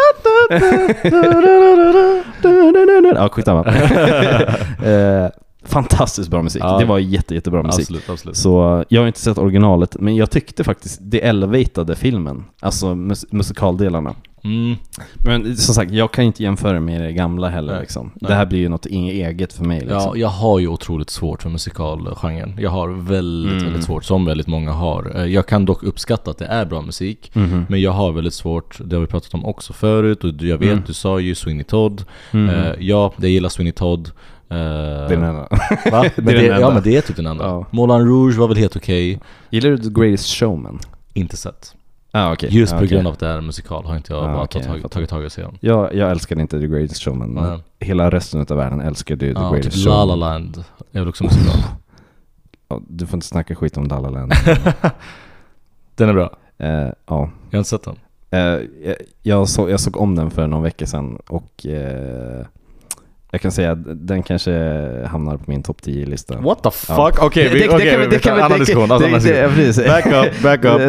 Ja, skitsamma. Fantastiskt bra musik. Det var jättebra musik. Absolut. Så jag har inte sett originalet, men jag tyckte faktiskt det elevatade filmen, alltså musikaldelarna. Men som sagt, jag kan inte jämföra med det gamla heller liksom. Det här blir ju något eget för mig liksom. Ja, jag har ju otroligt svårt för musikalgenren. Jag har väldigt svårt, som väldigt många har. Jag kan dock uppskatta att det är bra musik, men jag har väldigt svårt, det har vi pratat om också förut, och jag vet, du sa ju Sweeney Todd. Jag gillar Sweeney Todd. Det är den enda. Va? Men det är typ den andra. Moulin Rouge var väl helt okej. Gillar du The Greatest Showman? Inte sett. Okay. Just på grund av att det är en musikal har inte jag bara tagit tag i serien. Jag älskade inte The Greatest Showman, men hela resten av världen älskade ju The Greatest typ Showman. La La Land är väl också musikal. Du får inte snacka skit om La La Land. Den är bra. Ja. Jag har inte sett den. Jag såg om den för någon vecka sedan och jag kan säga att den kanske hamnar på min topp 10-lista. What the fuck? Okej, vi kan annan diskussion. Back up.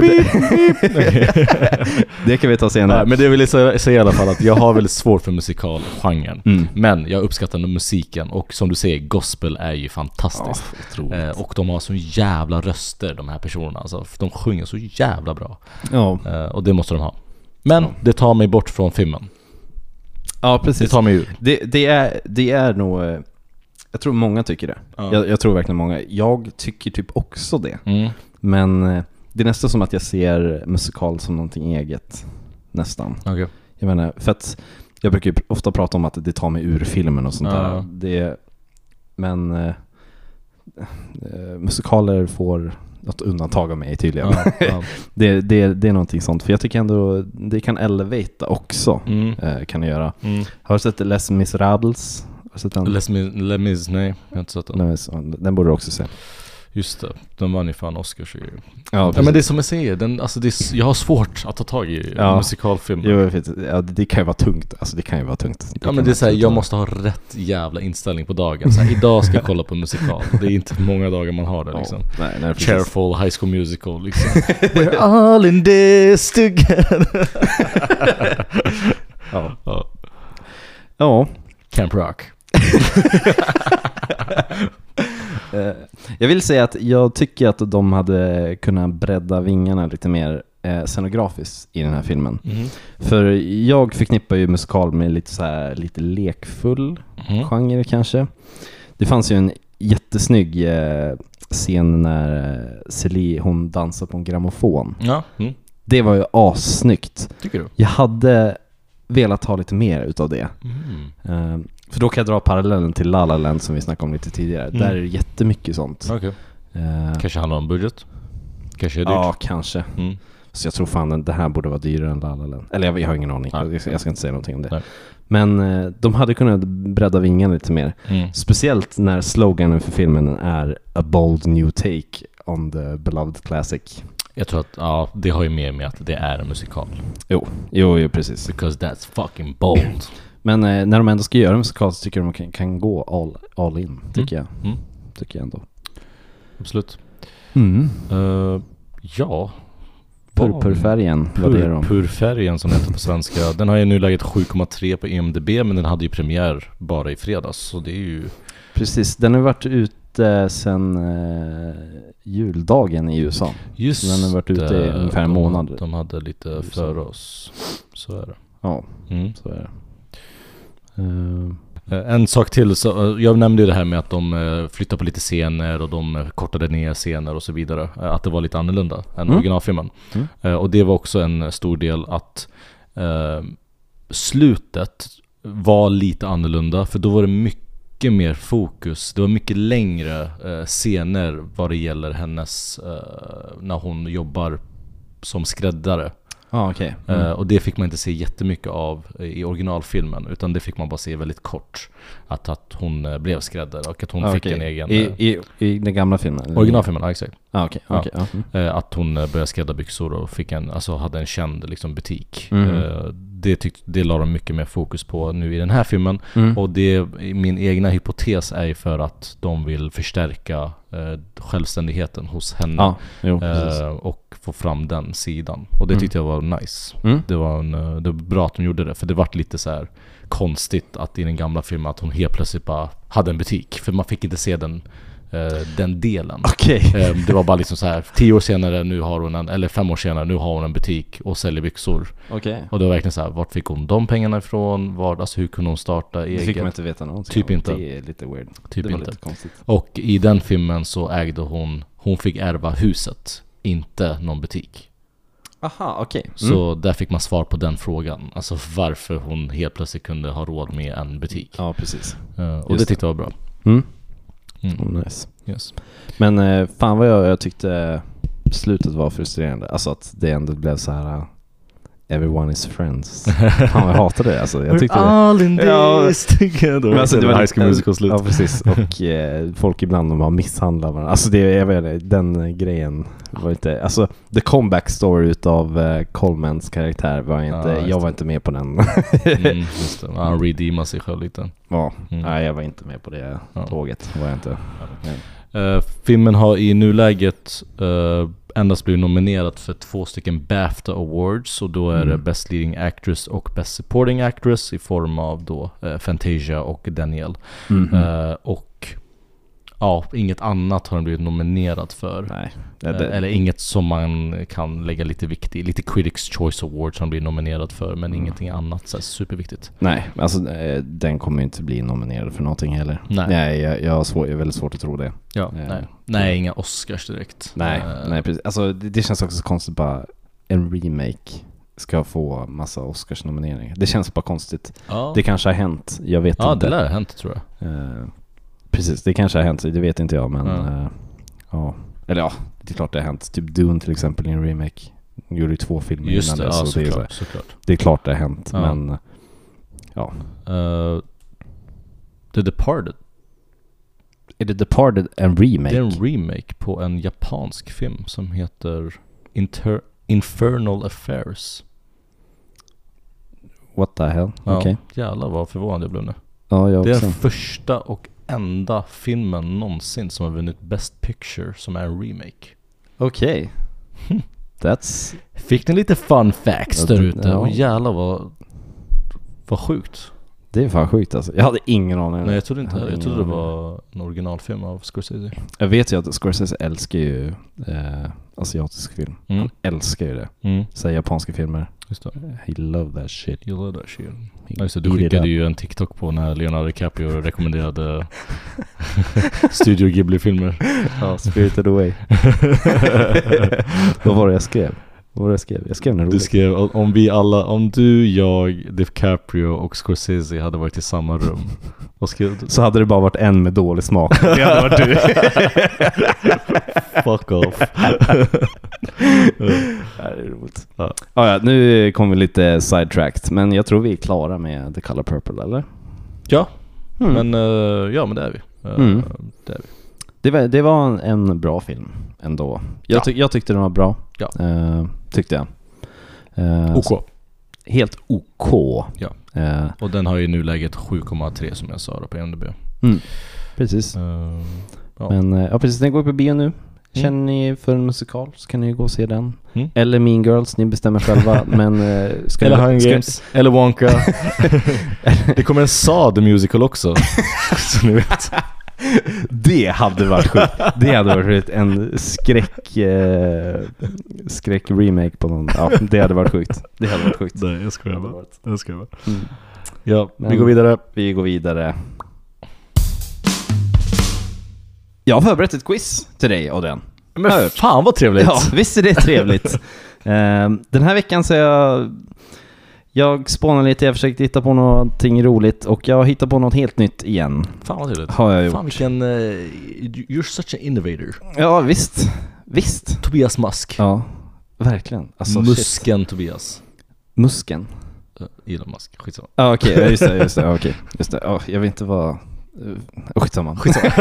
Det kan vi ta senare. Men det vill jag säga i alla fall att jag har väldigt svårt för musikalgenren. Men jag uppskattar musiken. Och som du säger, gospel är ju fantastiskt. Och de har så jävla röster, de här personerna. Alltså, de sjunger så jävla bra. Och det måste de ha. Men det tar mig bort från filmen. Ja, precis. Det tar mig ur. Det är nog, jag tror många tycker det. Jag tror verkligen många. Jag tycker typ också det. Men det är nästan som att jag ser musikal som någonting eget. Nästan. Okay. Jag menar, för att jag brukar ju ofta prata om att det tar mig ur filmen och sånt där. Men musikaler får något undantag av mig tydligen. Det är någonting sånt. För jag tycker ändå det kan elevata också. Kan det göra. Har du sett Les Miserables? Les Mis, nej, jag har inte sett den. Den borde du också se. Just det, den vann ju fan Oscars. Ja, men det är som jag säger, jag har svårt att ta tag i musikalfilm. Det kan ju vara tungt. Alltså det kan ju vara tungt. Men det är så här, jag måste ha rätt jävla inställning på dagen. Så här, idag ska jag kolla på musikal. Det är inte många dagar man har det liksom. Nej, Careful, High School Musical liksom. We're all in this together. Ja. Camp Rock. Jag vill säga att jag tycker att de hade kunnat bredda vingarna lite mer scenografiskt i den här filmen. För jag förknippar ju musikal med lite lekfull genre kanske. Det fanns ju en jättesnygg scen när Celie, hon dansar på en grammofon. Det var ju assnyggt. Tycker du? Jag hade velat ha lite mer utav det. För då kan jag dra parallellen till La La Land som vi snackade om lite tidigare. Där är det jättemycket sånt. Kanske handlar om budget? Kanske är dyrt? Ja, kanske. Så jag tror fan det här borde vara dyrare än La La Land. Eller jag har ingen aning. Jag ska inte säga någonting om det. Men de hade kunnat bredda vingarna lite mer. Speciellt när sloganen för filmen är A bold new take on the beloved classic. Jag tror att det har ju mer med att det är en musikal. Jo, precis. Because that's fucking bold. Men när de ändå ska göra musikal så tycker de kan gå all in, tycker jag. Tycker jag ändå. Absolut. Purpurfärgen, vad är det? Purpurfärgen som heter på svenska. Den har ju nu läget 7,3 på IMDb, men den hade ju premiär bara i fredags. Så det är ju... Precis, den har varit ute sen juldagen i USA. Just den har varit ute i ungefär en månad. De hade lite för oss. Så är det. Ja, så är det. En sak till, så jag nämnde ju det här med att de flyttade på lite scener och de kortade ner scener och så vidare, att det var lite annorlunda än originalfilmen. Och det var också en stor del att slutet var lite annorlunda, för då var det mycket mer fokus, det var mycket längre scener vad det gäller hennes när hon jobbar som skräddare. Okej. Och det fick man inte se jättemycket av i originalfilmen, utan det fick man bara se väldigt kort. Att hon blev skräddare och att hon fick en egen... I den gamla filmen? Originalfilmen, ja, exakt. Att hon började skrädda byxor och fick hade en känd liksom, butik. Det la de mycket mer fokus på nu i den här filmen. Och min egna hypotes är för att de vill förstärka självständigheten hos henne och få fram den sidan. Och det tyckte jag var nice. Det var bra att de gjorde det, för det var lite så här konstigt att i den gamla filmen att hon helt plötsligt bara hade en butik, för man fick inte se den delen. Det var bara liksom så här 10 år senare nu har hon eller 5 år senare nu har hon en butik och säljer byxor. Och det var verkligen så här, vart fick hon de pengarna ifrån? Alltså hur kunde hon starta eget? Det fick man inte veta någonting. Typ inte. Det är lite weird. Typ det var inte. Lite konstigt. Och i den filmen så ägde hon fick ärva huset, inte någon butik. Aha, okej. Så där fick man svar på den frågan. Alltså varför hon helt plötsligt kunde ha råd med en butik. Ja, precis. Och det tyckte jag var bra. Nice. Yes. Men fan vad jag tyckte slutet var frustrerande. Alltså att det ändå blev så här everyone is friends. Fan, jag hatar det. Alltså, jag tyckte all in this together. Men alltså, det var High School Musical slut. Ja, precis. Och folk ibland de har misshandlat varandra. Alltså jag vet inte, den grejen var inte... Alltså, the comeback story utav Colemans karaktär var inte... jag var inte med på den. Just det. Han redeemade sig själv lite. Ja, nej, jag var inte med på det tåget. Var jag inte. Filmen har i nuläget endast blivit nominerad för 2 BAFTA Awards, och då är det Best Leading Actress och Best Supporting Actress i form av då Fantasia och Danielle. Och inget annat har den blivit nominerad för. Nej. Eller inget som man kan lägga lite vikt i. Lite Critics' Choice Awards som blir nominerad för, men ingenting annat så superviktigt. Nej, alltså den kommer inte bli nominerad för någonting heller. Nej, jag är väldigt svårt att tro det. Ja, nej, inga Oscars direkt. Nej, precis. Alltså det känns också konstigt, bara en remake ska få massa Oscars-nomineringar. Det känns bara konstigt. Det kanske har hänt, jag vet inte. Ja, det lär ha hänt, tror jag. Precis, det kanske har hänt, det vet inte jag, men eller det är klart det har hänt. Typ Dune till exempel i en remake gjorde ju 2 filmer just innan det, så såklart. Det är klart det har hänt, men The Departed. Är The Departed en remake? Det är en remake på en japansk film som heter Infernal Affairs. What the hell? Okej. Jävlar vad förvånad jag blev nu. Ja, jag det är också. den första och enda filmen någonsin som har vunnit Best Picture som är en remake. Okej. That's... Fick ni lite fun facts där ute? Och jävlar vad sjukt. Det är fan sjukt alltså. Jag hade ingen aning. Nej, jag trodde inte. Jag trodde det var en originalfilm av Scorsese. Jag vet ju att Scorsese älskar ju asiatisk film. Han älskar ju det. Så japanska filmer. Just det. He love that shit. You love that shit. Alltså, du skickade ju en TikTok på när Leonardo DiCaprio rekommenderade Studio Ghibli-filmer. Ja, Spirited Away. Vad var det jag skrev? Jag skrev när du skrev om du, jag, DiCaprio och Scorsese hade varit i samma rum och skrev, så hade det bara varit en med dålig smak. Det hade varit du. Fuck off. Det är roligt. Ja, nu kommer vi lite sidetracked, men jag tror vi är klara med The Color Purple, eller? Ja. Men det är vi. Det var en bra film ändå. Jag tyckte den var bra. Ja. Tyckte jag. OK. Helt OK. Ja. Och den har ju nu läget 7,3 som jag sa då på IMDb. Precis. Men precis, den går på bio nu. Känner ni för en musikal så kan ni gå och se den. Eller Mean Girls, ni bestämmer själva. Men, eller Hunger Games. Eller Wonka. Det kommer en Saw the Musical också. Så ni vet. Det hade varit sjukt. Det hade varit en skräck remake på någon. Ja, det hade varit sjukt. Det hade varit sjukt. Nej, jag skojar bara. Ja, men vi går vidare. Jag har förberett ett quiz till dig, Adrian. Men fan vad trevligt. Ja, visst är det trevligt. Den här veckan så jag spånar lite, jag försökte hitta på någonting roligt och jag hittar på något helt nytt igen. Fan vad trevligt. Har jag gjort. Fan vilken, you're such an innovator. Ja, visst. Tobias Musk. Ja. Verkligen. Alltså, Musken shit. Tobias. Musken? Elon Musk, skitsamma. Ja, okej, just det. Okej, just det. Jag vill inte vara... Skitsamma.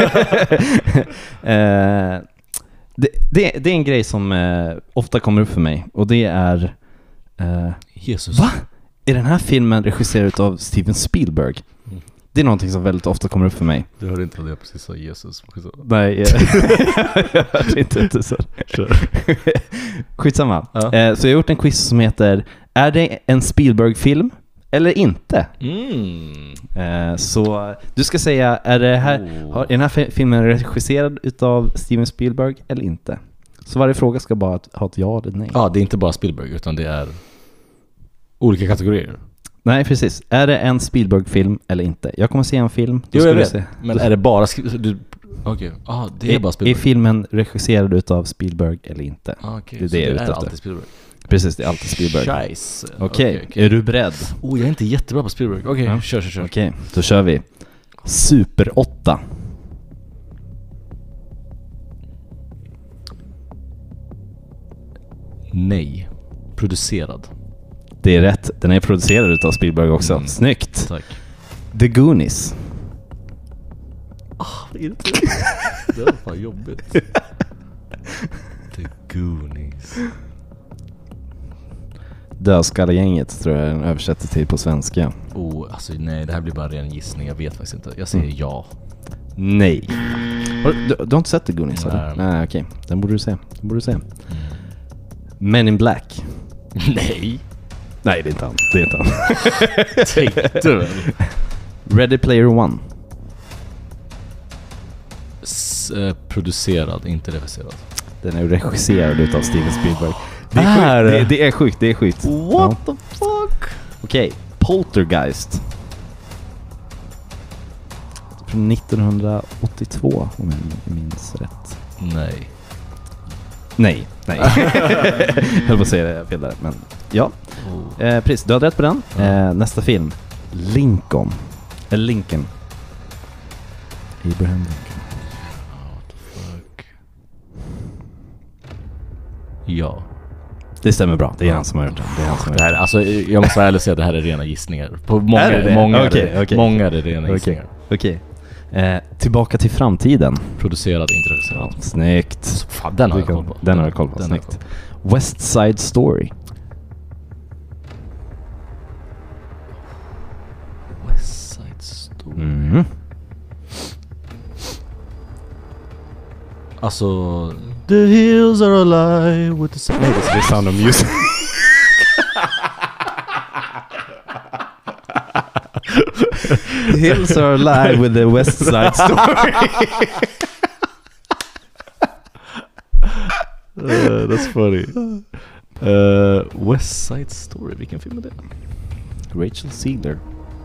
Det är en grej som ofta kommer upp för mig. Och det är... Jesus. Va? Är den här filmen regisserad av Steven Spielberg? Det är någonting som väldigt ofta kommer upp för mig. Du hörde inte vad jag precis sa, Jesus. Nej, jag hörde inte så. Skitsamma. Ja. Så jag har gjort en quiz som heter: är det en Spielberg-film eller inte? Så du ska säga, är är den här filmen regisserad utav Steven Spielberg eller inte? Så varje fråga ska bara ha ett ja eller nej. Ja, det är inte bara Spielberg utan det är olika kategorier. Nej, precis. Är det en Spielberg-film eller inte? Jag kommer se en film. Jo, jag vet. Men är det bara Okej. Det är bara Spielberg. Är filmen regisserad utav Spielberg eller inte? Okej, det är alltid Spielberg. Precis, det är alltid Spielberg. Scheisse. Okej, är du beredd? Jag är inte jättebra på Spielberg. Okej, kör. Okej, då kör vi. Super 8. Nej. Producerad. Det är rätt. Den är producerad utav Spielberg också. Snyggt. Tack. The Goonies. Vad är det? Det var fan jobbigt. The Goonies. Dödskallegänget tror jag den översätter till på svenska. Alltså nej, det här blir bara ren gissning. Jag vet faktiskt inte. Jag säger ja. Nej. Du har inte sett The Goonies eller? Nej, okej. Den borde du se. Men in Black. Nej. Nej, det är inte han. Tänkte väl. Ready Player One. Producerad, inte regisserad. Den är regisserad utav Steven Spielberg. Det är sjukt. What the fuck? Okej, Poltergeist. Från 1982 om jag minns rätt. Nej. Jag höll på att säga det fel där, men ja. Precis, du hade rätt på den. Nästa film, Lincoln. Lincoln. Abraham Lincoln. What the fuck? Ja. Det stämmer bra. Det är han som har gjort den. Det här, alltså, jag måste vara ärlig och säga att det här är rena gissningar. På många är det rena gissningar. Okej. Tillbaka till framtiden. Producerad, inte regisserad. Snyggt. Så, fan, den har jag koll på. Den har jag koll på. Snyggt. West Side Story. West Side Story. Alltså, the hills are alive with the sound of music. The hills are alive with the West Side Story. That's funny. West Side Story, vilken film är det? Rachel Zegler.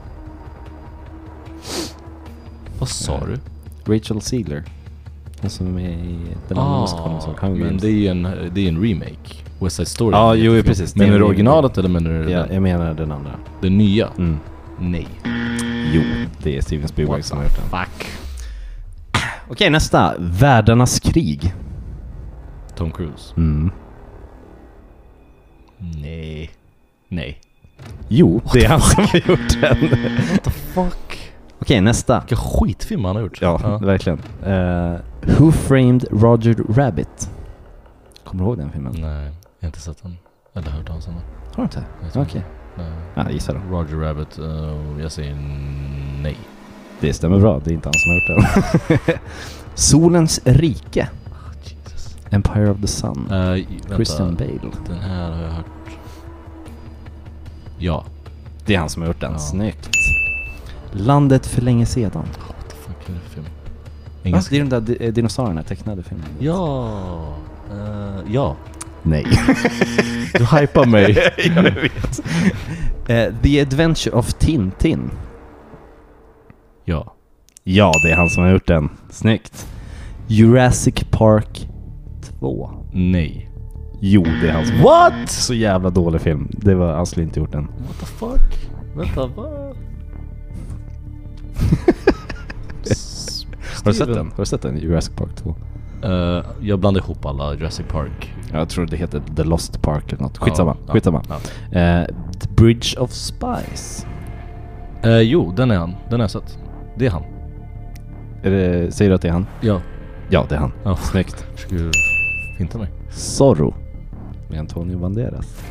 Vad sa du? Rachel Zegler. Den som är i den andra musikalen som Hunger Games. Men det är en remake. West Side Story. Ja, jo, precis. Men är det originalet eller menar du Ja, jag menar den andra. Den nya? Nej. Jo, det är Steven Spielberg som har gjort den. Fuck. Okej, nästa. Världarnas krig. Tom Cruise. Nej. Jo, det är han som har gjort den. What the fuck? Okej, nästa. Vilka skitfilm han har gjort. Ja, verkligen. Who Framed Roger Rabbit? Kommer du ihåg den filmen? Nej, jag har inte sett den. Eller hört om den. Har du inte? Okej. Ja, gissar då. Roger Rabbit, jag säger nej. Det stämmer bra, det är inte han som har gjort den. Solens rike. Jesus. Empire of the Sun. Christian Bale. Den här har jag hört. Ja. Det är han som har gjort den. Snyggt. Landet för länge sedan. What the fuck är det för film? Det är den där dinosaurierna, tecknade filmen. Ja. Nej. Du hypar mig. Jag vet. The Adventure of Tintin. Ja. Ja, det är han som har gjort den. Snyggt. Jurassic Park 2. Nej. Jo, det är han som What? Så jävla dålig film. Det var han skulle inte gjort den. What the fuck? Vänta, vad? Har du sett den? Jurassic Park 2? Jag blandar ihop alla Jurassic Park. Jag tror det heter The Lost Park eller något. Skitsamma. The Bridge of Spies. Jo, den är han. Den har jag sett. Det är han. Säger du att det är han? Ja. Ja, det är han. Ja. Snyggt. Skulle finta mig. Zorro med Antonio Banderas.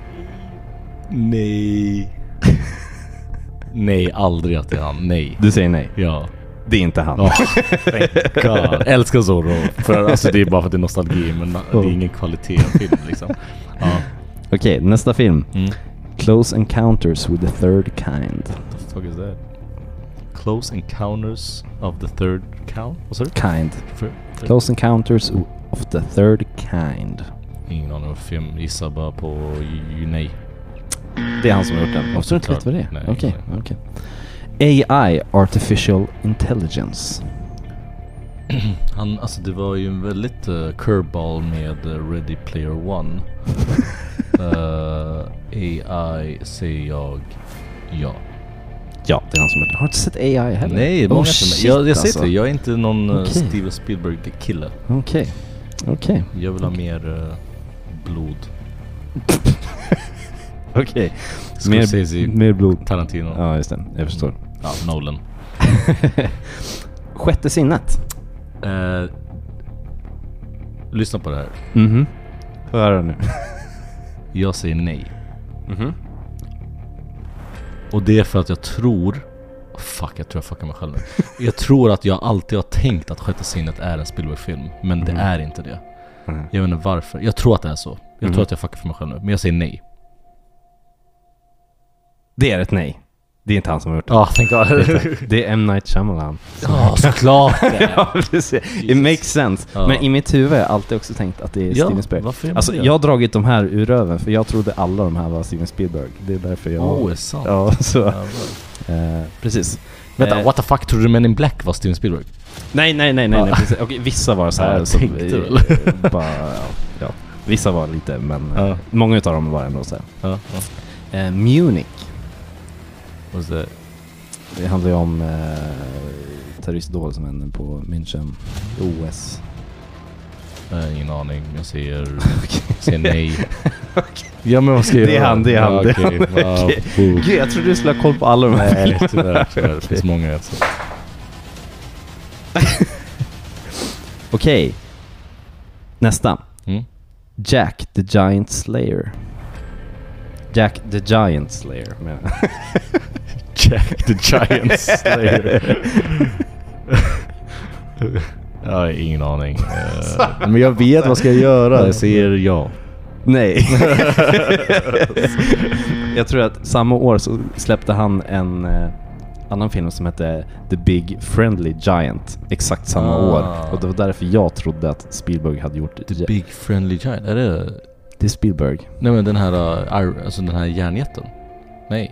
Nej. Nej, aldrig att det är han. Nej. Du säger nej? Ja. Det är inte han. Thank God. Älskar Zorro. För alltså det är bara för att det är nostalgi, men det är ingen kvalitet av film liksom. Ja. Okej, nästa film. Close Encounters with the Third Kind. What the fuck is that? Close Encounters of the Third Kind? Vad sa du? Kind. Close Encounters of the Third Kind. Ingen aning om film. Gissar bara på nej. Det är han som har gjort den. Varför inte vet vad det är? Nej. Okej. AI, Artificial Intelligence. Alltså det var ju en väldigt curveball med Ready Player One. AI säger jag ja. Ja, det är han som har gjort den. Har du inte sett AI heller? Nej, många shit, jag säger det. Jag är inte någon Steven Spielberg-kille. Okej. Jag vill ha mer blod. Okej. Mer blod. Tarantino. Ja, just det. Jag förstår. Ja, Nolan. Sjätte sinnet. Lyssna på det här. Får jag höra nu? Jag säger nej. Och det är för att jag tror... jag tror jag fuckar mig själv nu. Jag tror att jag alltid har tänkt att Sjätte sinnet är en Spielberg-film. Men det är inte det. Jag vet inte varför. Jag tror att det är så. Jag tror att jag fuckar för mig själv nu. Men jag säger nej. Det är ett nej. Det är inte han som har gjort det. Ja, tänk God. Det är M. Night Shyamalan. Ja, såklart. It makes sense. Ja. Men i mitt huvud har jag alltid också tänkt att det är Steven Spielberg. Alltså jag har dragit de här ur röven för jag trodde alla de här var Steven Spielberg. Det är därför jag... är sant. Ja, så... precis. Vänta, what the fuck, trodde du Men in Black var Steven Spielberg? Nej. Precis. Okej, vissa var så här. Ja, som bara, ja. Vissa var lite, men många utav dem var ändå så här. Munich. Det handlar ju om terroristdåd som hände på München OS. Ingen aning, jag säger nej. Ja, men vad ska jag göra? Det är han. Okay. Gud, jag trodde du skulle ha koll på alla de här. Nej, tyvärr. Det finns många. Okej. Nästa. Jack the Giant Slayer. Jack the Giant Slayer. Jack the Giant Slayer. Jag har ingen aning. Men jag vet vad ska jag göra. Jag säger ja. Nej. Jag tror att samma år så släppte han en annan film som hette The Big Friendly Giant. Exakt samma år. Och det var därför jag trodde att Spielberg hade gjort det. The Big Friendly Giant? Är det... Det är Spielberg. Nej, men den här alltså den här järnjätten. Nej.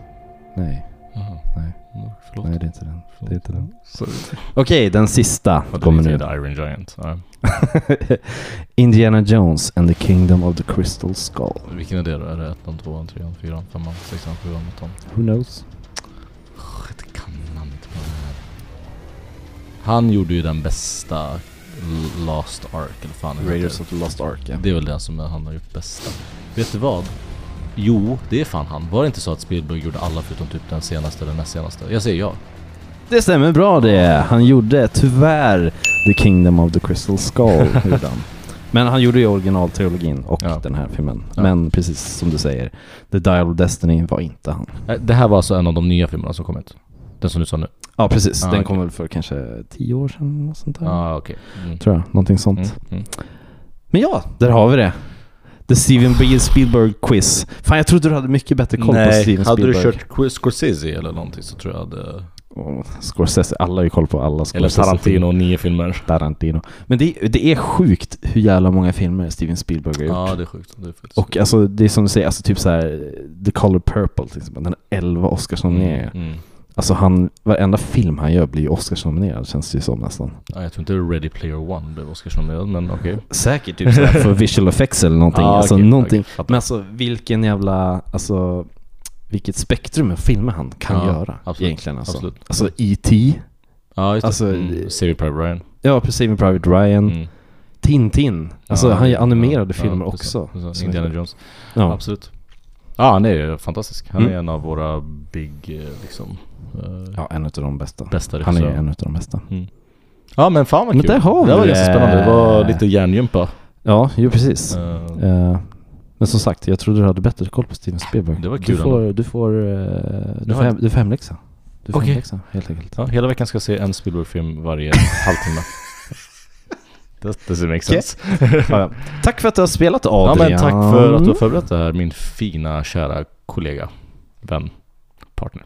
Förlåt. Nej, det är inte den. Det är inte den. Okej, den sista kommer nu. The Iron Giant. Indiana Jones and the Kingdom of the Crystal Skull. Vilken är det då? Är det 1, 2, 3, 4, 5, 6, 7, 8? Who knows? Det kan man inte på det här. Han gjorde ju den bästa Lost Ark, eller fan. Raiders of the Lost Ark, ja. Det är väl den som han har gjort bästa. Vet du vad? Jo, det är fan han. Var det inte så att Spielberg gjorde alla förutom typ den senaste eller näst senaste? Jag säger ja. Det stämmer bra det. Han gjorde tyvärr The Kingdom of the Crystal Skull. Men han gjorde ju originaltrilogin och den här filmen. Ja. Men precis som du säger, The Dial of Destiny var inte han. Det här var alltså en av de nya filmerna som kommit. Den som du sa nu. Ja, precis. Den kom väl för kanske 10 år sedan och sånt där. Ja, okej. Tror jag, någonting sånt. Men ja, där har vi det. The Steven B. Spielberg quiz. Fan, jag trodde du hade mycket bättre koll på Steven Spielberg. Hade du kört Scorsese eller någonting så tror jag hade... Scorsese, alla har ju koll på alla Scorsese. Eller Tarantino, 9 filmer. Tarantino. Men det är sjukt hur jävla många filmer Steven Spielberg har gjort. Ja, det är sjukt. Och alltså, det är som du säger, alltså typ så här The Color Purple till exempel. Den är 11 Oscarsnominerade. Alltså varenda film han gör blir ju Oscarsnominerad, känns det ju som nästan. Ja, jag tror inte Ready Player One blev Oscarsnominerad, men okej. Säkert typ sådär för visual effects eller någonting. Alltså någonting. Men alltså vilken jävla, alltså vilket spektrum av filmer han kan göra. Absolut. Egentligen alltså. Absolut. Alltså E.T. Ja, just det. Alltså, Saving Private Ryan. Ja, precis, med Private Ryan. Tintin. Alltså han gör animerade filmer också. Indiana Jones. Ja. Absolut. Ja, han är ju fantastisk. Han är en av våra big liksom en av de bästa. Han är en av de bästa. Ja, men fan vad kul. Men det var ganska spännande. Det var lite hjärngympa. Ja, ju precis. Men som sagt, jag trodde du hade bättre koll på Steven Spielberg. Det var kul. Du får hemläxa. Du får hemläxa, helt enkelt. Ja, hela veckan ska jag se en Spielberg-film varje halvtimme. Det makes sense. Ja. Tack för att du har spelat, Adrian. Ja, men tack för att du har förberett det här, min fina, kära kollega, vän, partner.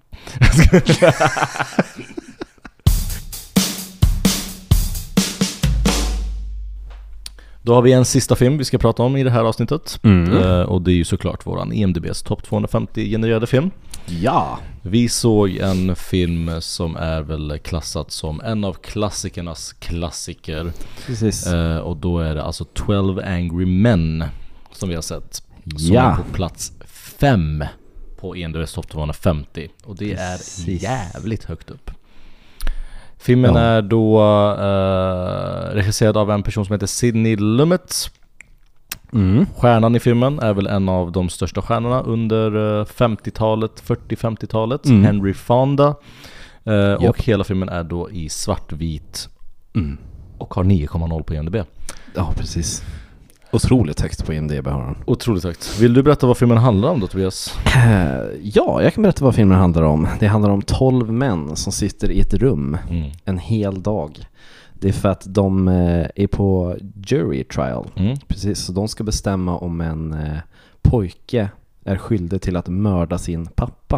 Då har vi en sista film vi ska prata om i det här avsnittet. Och det är ju såklart våran IMDb:s topp 250 genererade film. Ja. Vi såg en film som är väl klassat som en av klassikernas klassiker. Precis. Och då är det alltså 12 Angry Men som vi har sett. Som är på plats 5 på IMDb:s topp 250. Och det är jävligt högt upp. Filmen är då regisserad av en person som heter Sidney Lumet. Stjärnan i filmen är väl en av de största stjärnorna under 50-talet, 40-50-talet. Henry Fonda. Och hela filmen är då i svartvit. Och har 9,0 på IMDb. Ja, precis. Otroligt högt på IMDb har han. Otroligt högt. Vill du berätta vad filmen handlar om då, Tobias? Ja, jag kan berätta vad filmen handlar om. Det handlar om 12 män som sitter i ett rum en hel dag. Det är för att de är på jury trial. Precis, så de ska bestämma om en pojke är skyldig till att mörda sin pappa.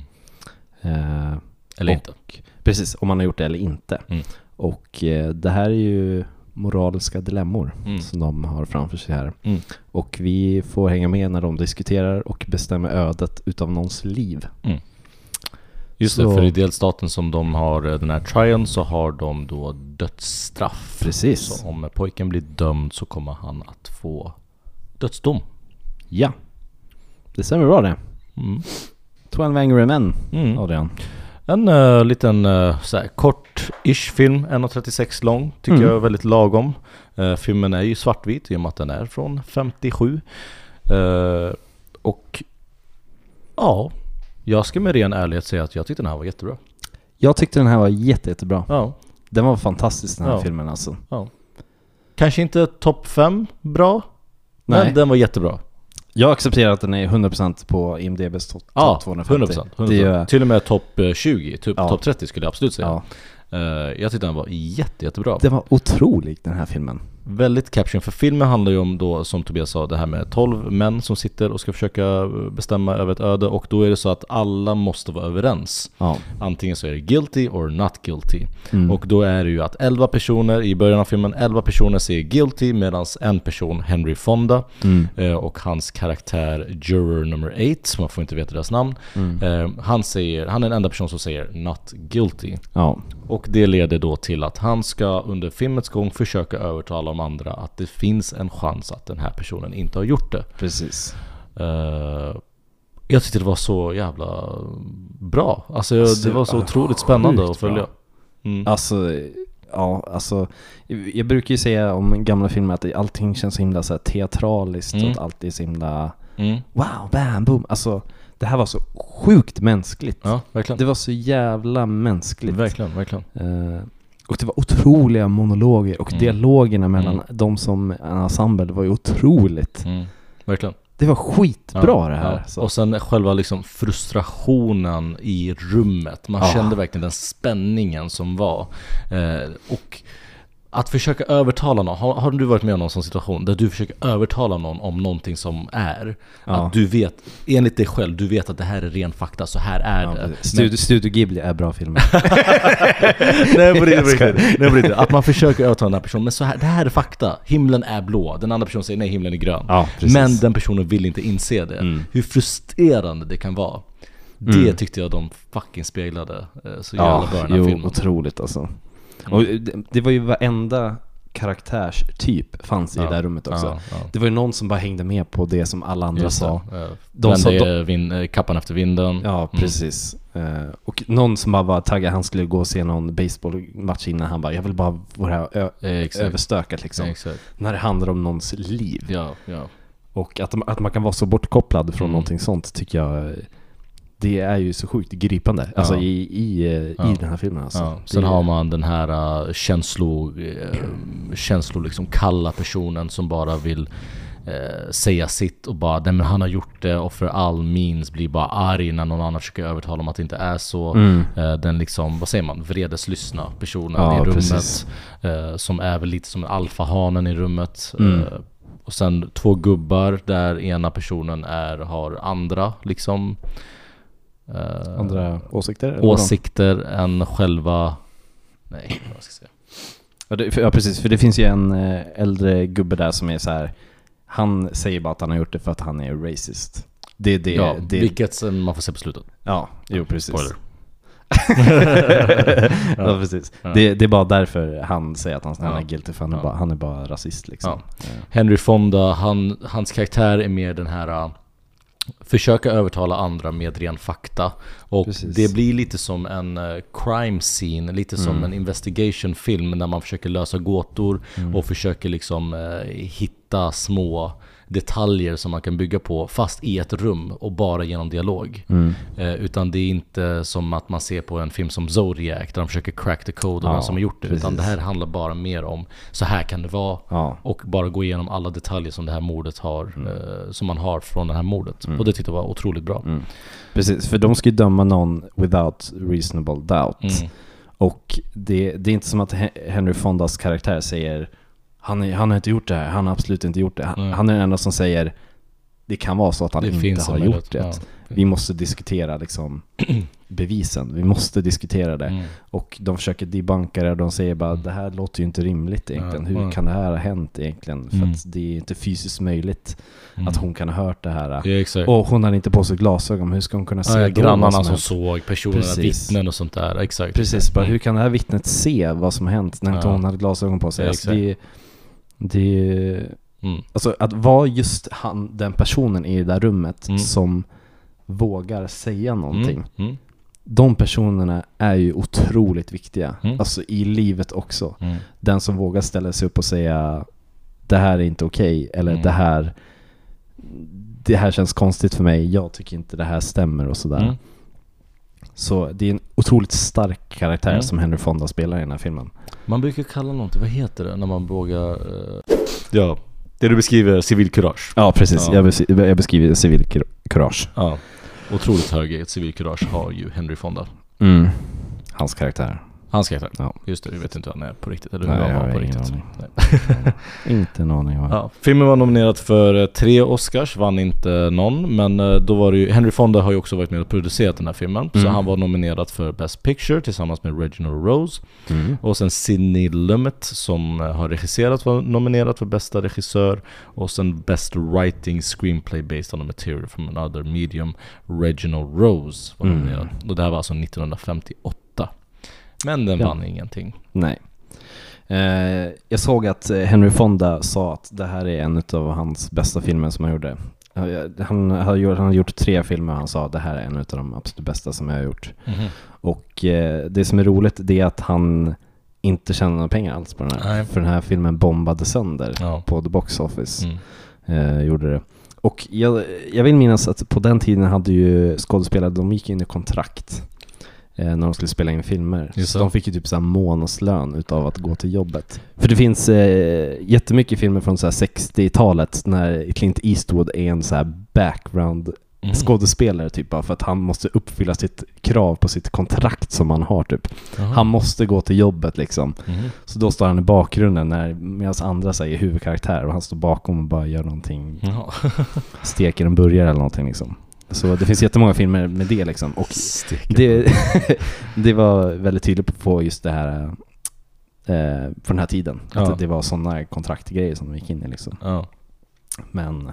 Eller inte. Precis, om man har gjort det eller inte. Och det här är ju moraliska dilemmor som de har framför sig här. Och vi får hänga med när de diskuterar och bestämmer ödet utav någons liv. Just det, för i delstaten som de har den här trialen så har de då dödsstraff. Precis. Så om pojken blir dömd så kommer han att få dödsdom. Ja, det stämmer bra det. 12 Angry Men, Adrian. En liten så här, kort-ish film, 1:36 lång, tycker jag är väldigt lagom. Filmen är ju svartvit i och med att den är från 57. Och ja, jag ska med ren ärlighet säga att jag tyckte den här var jättebra. Jag tyckte den här var jättebra. Ja. Den var fantastisk, den här filmen alltså. Ja. Kanske inte topp 5 bra, Nej. men den var jättebra. Jag accepterar att den är 100% på IMDb:s topp 250. 100%. Till och med topp 20, typ topp 30 skulle jag absolut säga. Jag tyckte den var jättebra. Det var otroligt, den här filmen. Väldigt caption, för filmen handlar ju om då, som Tobias sa, det här med 12 män som sitter och ska försöka bestämma över ett öde, och då är det så att alla måste vara överens. Antingen så är det guilty or not guilty. Och då är det ju att 11 personer i början av filmen, 11 personer säger guilty, medan en person, Henry Fonda, och hans karaktär Juror number 8, man får inte veta deras namn, han är den enda person som säger not guilty. Och det leder då till att han ska under filmens gång försöka övertala de andra att det finns en chans att den här personen inte har gjort det. Precis. Jag tyckte det var så jävla bra. Alltså det var så otroligt spännande att följa. Alltså jag brukar ju säga om gamla filmer att allting känns så himla så här teatraliskt och att allt är så himla wow, bam, boom. Alltså det här var så sjukt mänskligt. Ja, verkligen. Det var så jävla mänskligt. Verkligen. Och det var otroliga monologer och dialogerna mellan de som en ensemble var ju otroligt. Verkligen. Det var skitbra det här. Och sen själva liksom frustrationen i rummet. Man kände verkligen den spänningen som var. Och att försöka övertala någon. Har du varit med om någon sån situation där du försöker övertala någon om någonting som är att du vet, enligt dig själv, du vet att det här är ren fakta, så här är det. Studio Ghibli är bra filmer. Nej, att man försöker övertala den här personen, men så här, det här är fakta. Himlen är blå. Den andra personen säger nej, himlen är grön. Men den personen vill inte inse det. Hur frustrerande det kan vara. Det tyckte jag de fucking speglade så jävla bra i den här filmen. Otroligt alltså. Och det var ju varenda karaktärstyp fanns i det där rummet också. Det var ju någon som bara hängde med på det som alla andra sa. De sa kappan efter vinden. Ja, precis. Och någon som bara var taggad, han skulle gå och se någon baseballmatch innan. Han bara, jag vill bara vara överstökat liksom. När det handlar om någons liv. Och att man kan vara så bortkopplad från någonting sånt, tycker jag, det är ju så sjukt gripande. Alltså i den här filmen alltså. Sen har man den här känslor liksom kalla personen som bara vill säga sitt och bara, men han har gjort det, och för all means blir bara arg när någon annan försöker övertala om att det inte är så. Den liksom, vad säger man, vredeslyssna personen i rummet, som är väl lite som en alfahanen i rummet. Och sen 2 gubbar där ena personen har andra liksom andra åsikter än själva. Nej, vad ska jag säga? Ja, precis, för det finns ju en äldre gubbe där som är så här, han säger bara att han har gjort det för att han är racist. Vilket man får se på slutet. Ja, jo, precis. Spoiler. Ja, precis. Det är bara därför han säger att han är guilty, för han är bara rasist liksom. Henry Fonda, hans karaktär är mer den här försöka övertala andra med ren fakta. Och det blir lite som en crime scene, lite som en investigation film när man försöker lösa gåtor och försöker liksom hitta små detaljer som man kan bygga på fast i ett rum och bara genom dialog. Utan det är inte som att man ser på en film som Zodiac där de försöker crack the code och vem som har gjort det. Utan det här handlar bara mer om så här kan det vara och bara gå igenom alla detaljer som det här mordet har, som man har från det här mordet. Och det tyckte jag var otroligt bra. Precis, för de ska ju döma någon without reasonable doubt. Och det är inte som att Henry Fondas karaktär säger han har inte gjort det här, han har absolut inte gjort det. Han är den enda som säger det kan vara så att han inte har gjort det. Vi måste diskutera liksom bevisen. Vi måste diskutera det. Och de försöker debunka det och de säger bara det här låter ju inte rimligt egentligen. Hur kan det här ha hänt egentligen? För att det är inte fysiskt möjligt att hon kan ha hört det här. Och hon har inte på sig glasögon. Hur ska hon kunna se grannarna som såg personerna, vittnen och sånt där. Exakt. Precis, bara hur kan det här vittnet se vad som har hänt när inte hon hade glasögon på sig? Alltså, alltså att vara just den personen i det där rummet som vågar säga någonting. De personerna är ju otroligt viktiga. Alltså i livet också. Den som vågar ställa sig upp och säga det här är inte okej, eller det här känns konstigt för mig, jag tycker inte det här stämmer och sådär. Så det är en otroligt stark karaktär som Henry Fonda spelar i den här filmen. Man brukar kalla någonting, vad heter det när man vågar ja, det du beskriver, civilkurage. Ja, precis. Jag beskriver civilkurage. Ja. Otroligt hög civilkurage har ju Henry Fonda. Hans karaktär. Ja. Just det, vi vet inte hur han är på riktigt eller hur han var på riktigt. Inte en aning. Ja, filmen var nominerad för 3 Oscars, vann inte någon, men då var det ju, Henry Fonda har ju också varit med och producerat den här filmen, så han var nominerad för Best Picture tillsammans med Reginald Rose. Och sen Sidney Lumet som har regisserat var nominerad för bästa regissör, och sen Best Writing Screenplay based on a material from another medium, Reginald Rose var nominerad. Och det här var alltså 1958. Men den vann ingenting. Nej. Jag såg att Henry Fonda sa att det här är en av hans bästa filmer som han gjorde. Han har gjort 3 filmer och han sa att det här är en av de absolut bästa som jag har gjort. Och det som är roligt, det är att han inte tjänade några pengar alls på den här. För den här filmen bombade sönder på The Box Office. Gjorde det. Och jag vill minnas att på den tiden hade ju skådespelare, de gick in i kontrakt när de skulle spela in filmer. Så de fick ju typ så här månadslön utav att gå till jobbet. För det finns jättemycket filmer från så här 60-talet när Clint Eastwood är en så här background skådespelare typ, för att han måste uppfylla sitt krav på sitt kontrakt som han har typ. Han måste gå till jobbet liksom. Så då står han i bakgrunden medan andra säger huvudkaraktär och han står bakom och bara gör någonting. Steker en burgare eller någonting liksom. Så det finns jättemånga filmer med det liksom. Och det var väldigt tydligt på just det här på den här tiden. Att det var sådana kontraktgrejer som de gick in i liksom. Men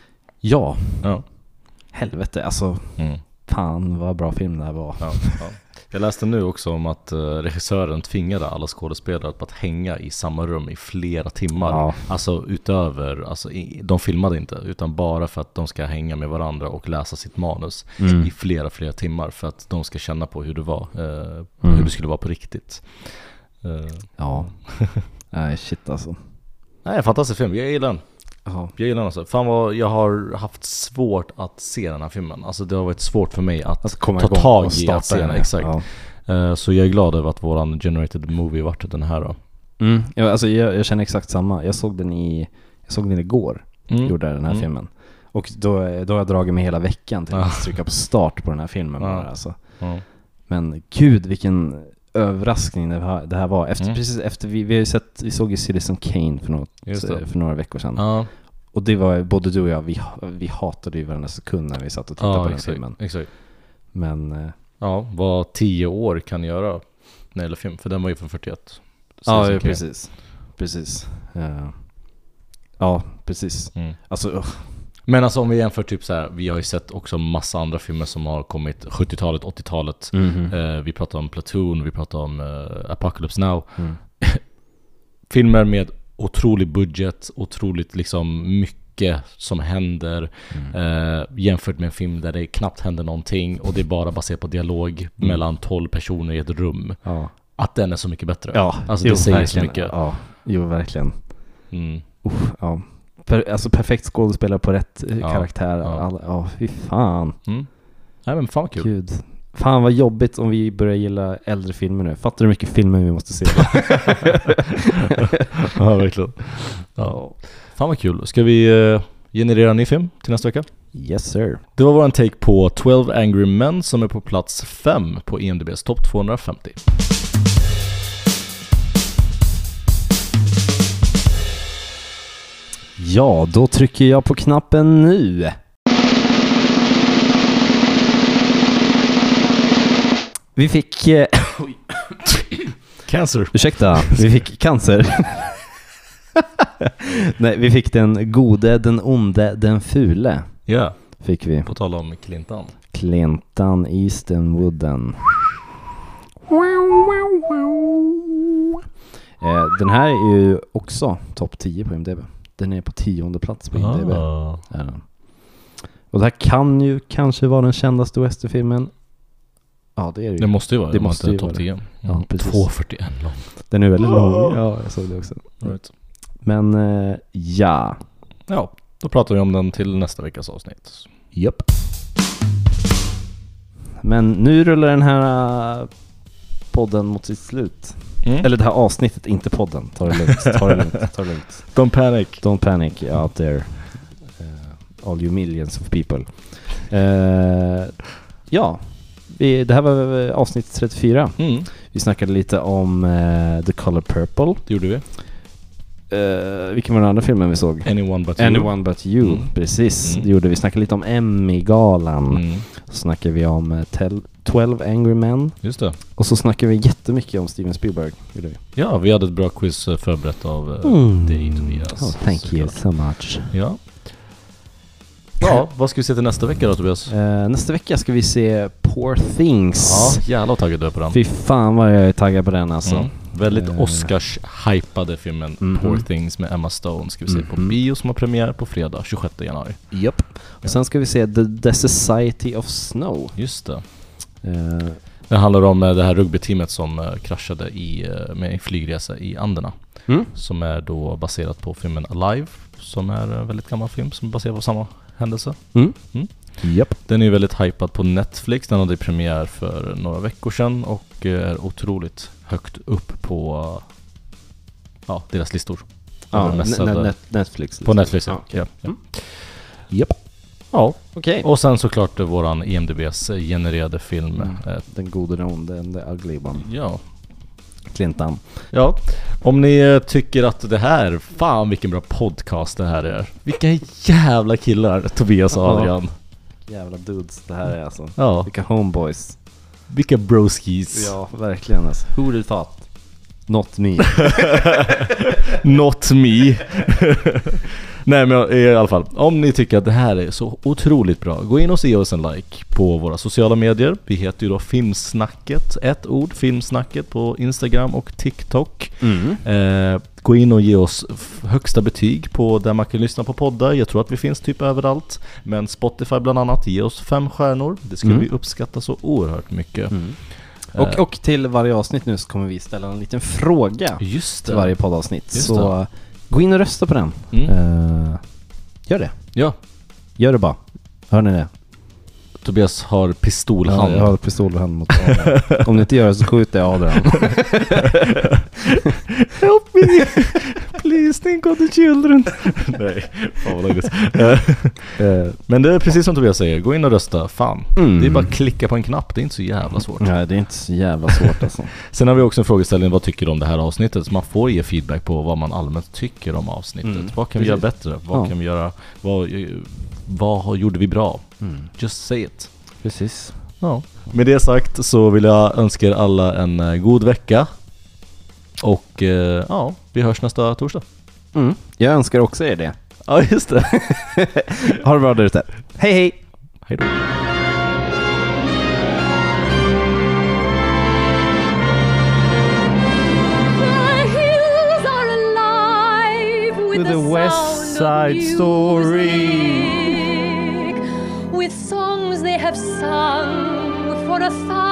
helvete, alltså fan vad bra film det här var. Jag läste nu också om att regissören tvingade alla skådespelare att hänga i samma rum i flera timmar. Ja. Alltså utöver, de filmade inte, utan bara för att de ska hänga med varandra och läsa sitt manus i flera timmar för att de ska känna på hur det var, hur det skulle vara på riktigt. Ja. Nej, shit alltså. Nej, fantastisk film, jag gillar den. Ja. Jag gillar den alltså. Fan vad jag har haft svårt att se den här filmen. Alltså det har varit svårt för mig att ta tag i att se den. Exakt. Ja. Så jag är glad över att våran generated movie vart den här då. Ja, alltså jag känner exakt samma. Jag såg den igår. Gjorde den här filmen. Och då har jag dragit mig hela veckan till att trycka på start på den här filmen bara, alltså. Men gud, vilken överraskning det här var. Precis efter vi såg ju Citizen Kane för några veckor sedan. Ja. Och det var både du och jag, vi hatade ju varenda sekund när vi satt och tittade på den filmen. Exakt. Men vad 10 år kan göra när det gäller film, för den var ju från 41. Ja, precis. Ja, precis. Alltså men alltså om vi jämför typ så här, vi har ju sett också massa andra filmer som har kommit 70-talet, 80-talet. Vi pratar om Platoon, vi pratar om Apocalypse Now. Filmer med otrolig budget, otroligt liksom mycket som händer jämfört med en film där det knappt händer någonting och det är bara baserat på dialog mellan 12 personer i ett rum. Att den är så mycket bättre. Ja, alltså det säger så mycket. Ja, verkligen. Ja. Alltså perfekt skådespelare på rätt karaktär. Ja, fy fan. Nej, men fan kul. Gud. Fan vad jobbigt om vi börjar gilla äldre filmer nu. Fattar du hur mycket filmer vi måste se? Ja, verkligen. Ja. Fan vad kul. Ska vi generera en ny film till nästa vecka? Yes sir. Det var våran take på 12 Angry Men som är på plats 5 på IMDb's topp 250. Ja, då trycker jag på knappen nu. Vi fick cancer. Ursäkta, vi fick cancer. Nej, vi fick den gode, den onde, den fule. Ja, fick vi. På tal om Clinton Eastwooden. Den här är ju också topp 10 på IMDb. Den är på 10:e plats på IMDb. Ja. Och det här kan ju kanske vara den kändaste westernfilmen. Ja, det är det ju. Det måste ju vara. Det måste ju topp 10. Ja, 2:41 lång. Den är väldigt lång. Ja, jag såg det också. Right. Men ja, då pratar vi om den till nästa veckas avsnitt. Japp. Men nu rullar den här podden mot sitt slut. Eller det här avsnittet, inte podden. Ta det lugnt. Don't panic out there, all you millions of people. Det här var avsnitt 34. Vi snackade lite om The Color Purple. Det gjorde vi. Vilken var den andra filmen vi såg? Anyone But You. Precis, det gjorde vi. Snackade lite om Emmy-galan. Så snackade vi om 12 Angry Men. Just det. Och så snackade vi jättemycket om Steven Spielberg. Gjorde vi. Ja, vi hade ett bra quiz förberett av dig, Tobias. Thank you so much. Ja, vad ska vi se till nästa vecka då, Tobias? Nästa vecka ska vi se Poor Things. Ja, jävla taggad du på den. Fy fan vad jag är taggad på den alltså. Väldigt Oscars-hypade filmen Poor Things med Emma Stone ska vi se på bio som har premiär på fredag 26 januari. Japp. Och sen ska vi se The Society of Snow. Just det. Det handlar om det här rugbyteamet som kraschade med en flygresa i Anderna. Som är då baserat på filmen Alive, som är en väldigt gammal film som är baserad på samma händelse. Yep. Den är ju väldigt hypad på Netflix. Den hade premiär för några veckor sedan och är otroligt högt upp på deras listor. Netflix. På Netflix, Japp. Ja, okej. Och sen såklart våran IMDb's genererade film. Den gode, den onde, the ugly one. Ja. Clinton. Ja, om ni tycker att det här, fan vilken bra podcast det här är. Vilka jävla killar, Tobias och Adrian. Jävla dudes det här är alltså. Ja. Vilka homeboys. Vilka broskis. Ja, verkligen alltså. Who would have thought? Not me. Not me. Nej, men i alla fall, om ni tycker att det här är så otroligt bra, gå in och ge oss en like på våra sociala medier. Vi heter ju då Filmsnacket, ett ord, Filmsnacket på Instagram och TikTok. Gå in och ge oss högsta betyg på där man kan lyssna på poddar. Jag tror att vi finns typ överallt, men Spotify bland annat, ge oss 5 stjärnor. Det skulle vi uppskatta så oerhört mycket. Och till varje avsnitt nu så kommer vi ställa en liten fråga till varje poddavsnitt. Så gå in och rösta på den. Gör det. Ja. Gör det bara. Hör ni det? Tobias har pistolhand. Ja, jag har pistolhand mot Adrian. Om ni inte gör det så skjuter jag Adrian. Help me! Please think of the children. Nej, fan vad men det är precis som Tobias säger. Gå in och rösta. Fan. Det är bara att klicka på en knapp. Det är inte så jävla svårt. Nej, det är inte så jävla svårt alltså. Sen har vi också en frågeställning. Vad tycker du om det här avsnittet? Så man får ge feedback på vad man allmänt tycker om avsnittet. Vad kan vi göra bättre? Vad kan vi göra? Vad gjorde vi bra? Just say it. Precis. Ja. Med det sagt så vill jag önska er alla en god vecka. Och vi hörs nästa torsdag. Jag önskar också er det. Ja, just det. Ha det bra där ute. Hej hej. Hej då. The West Side Story. With songs they have sung for 1,000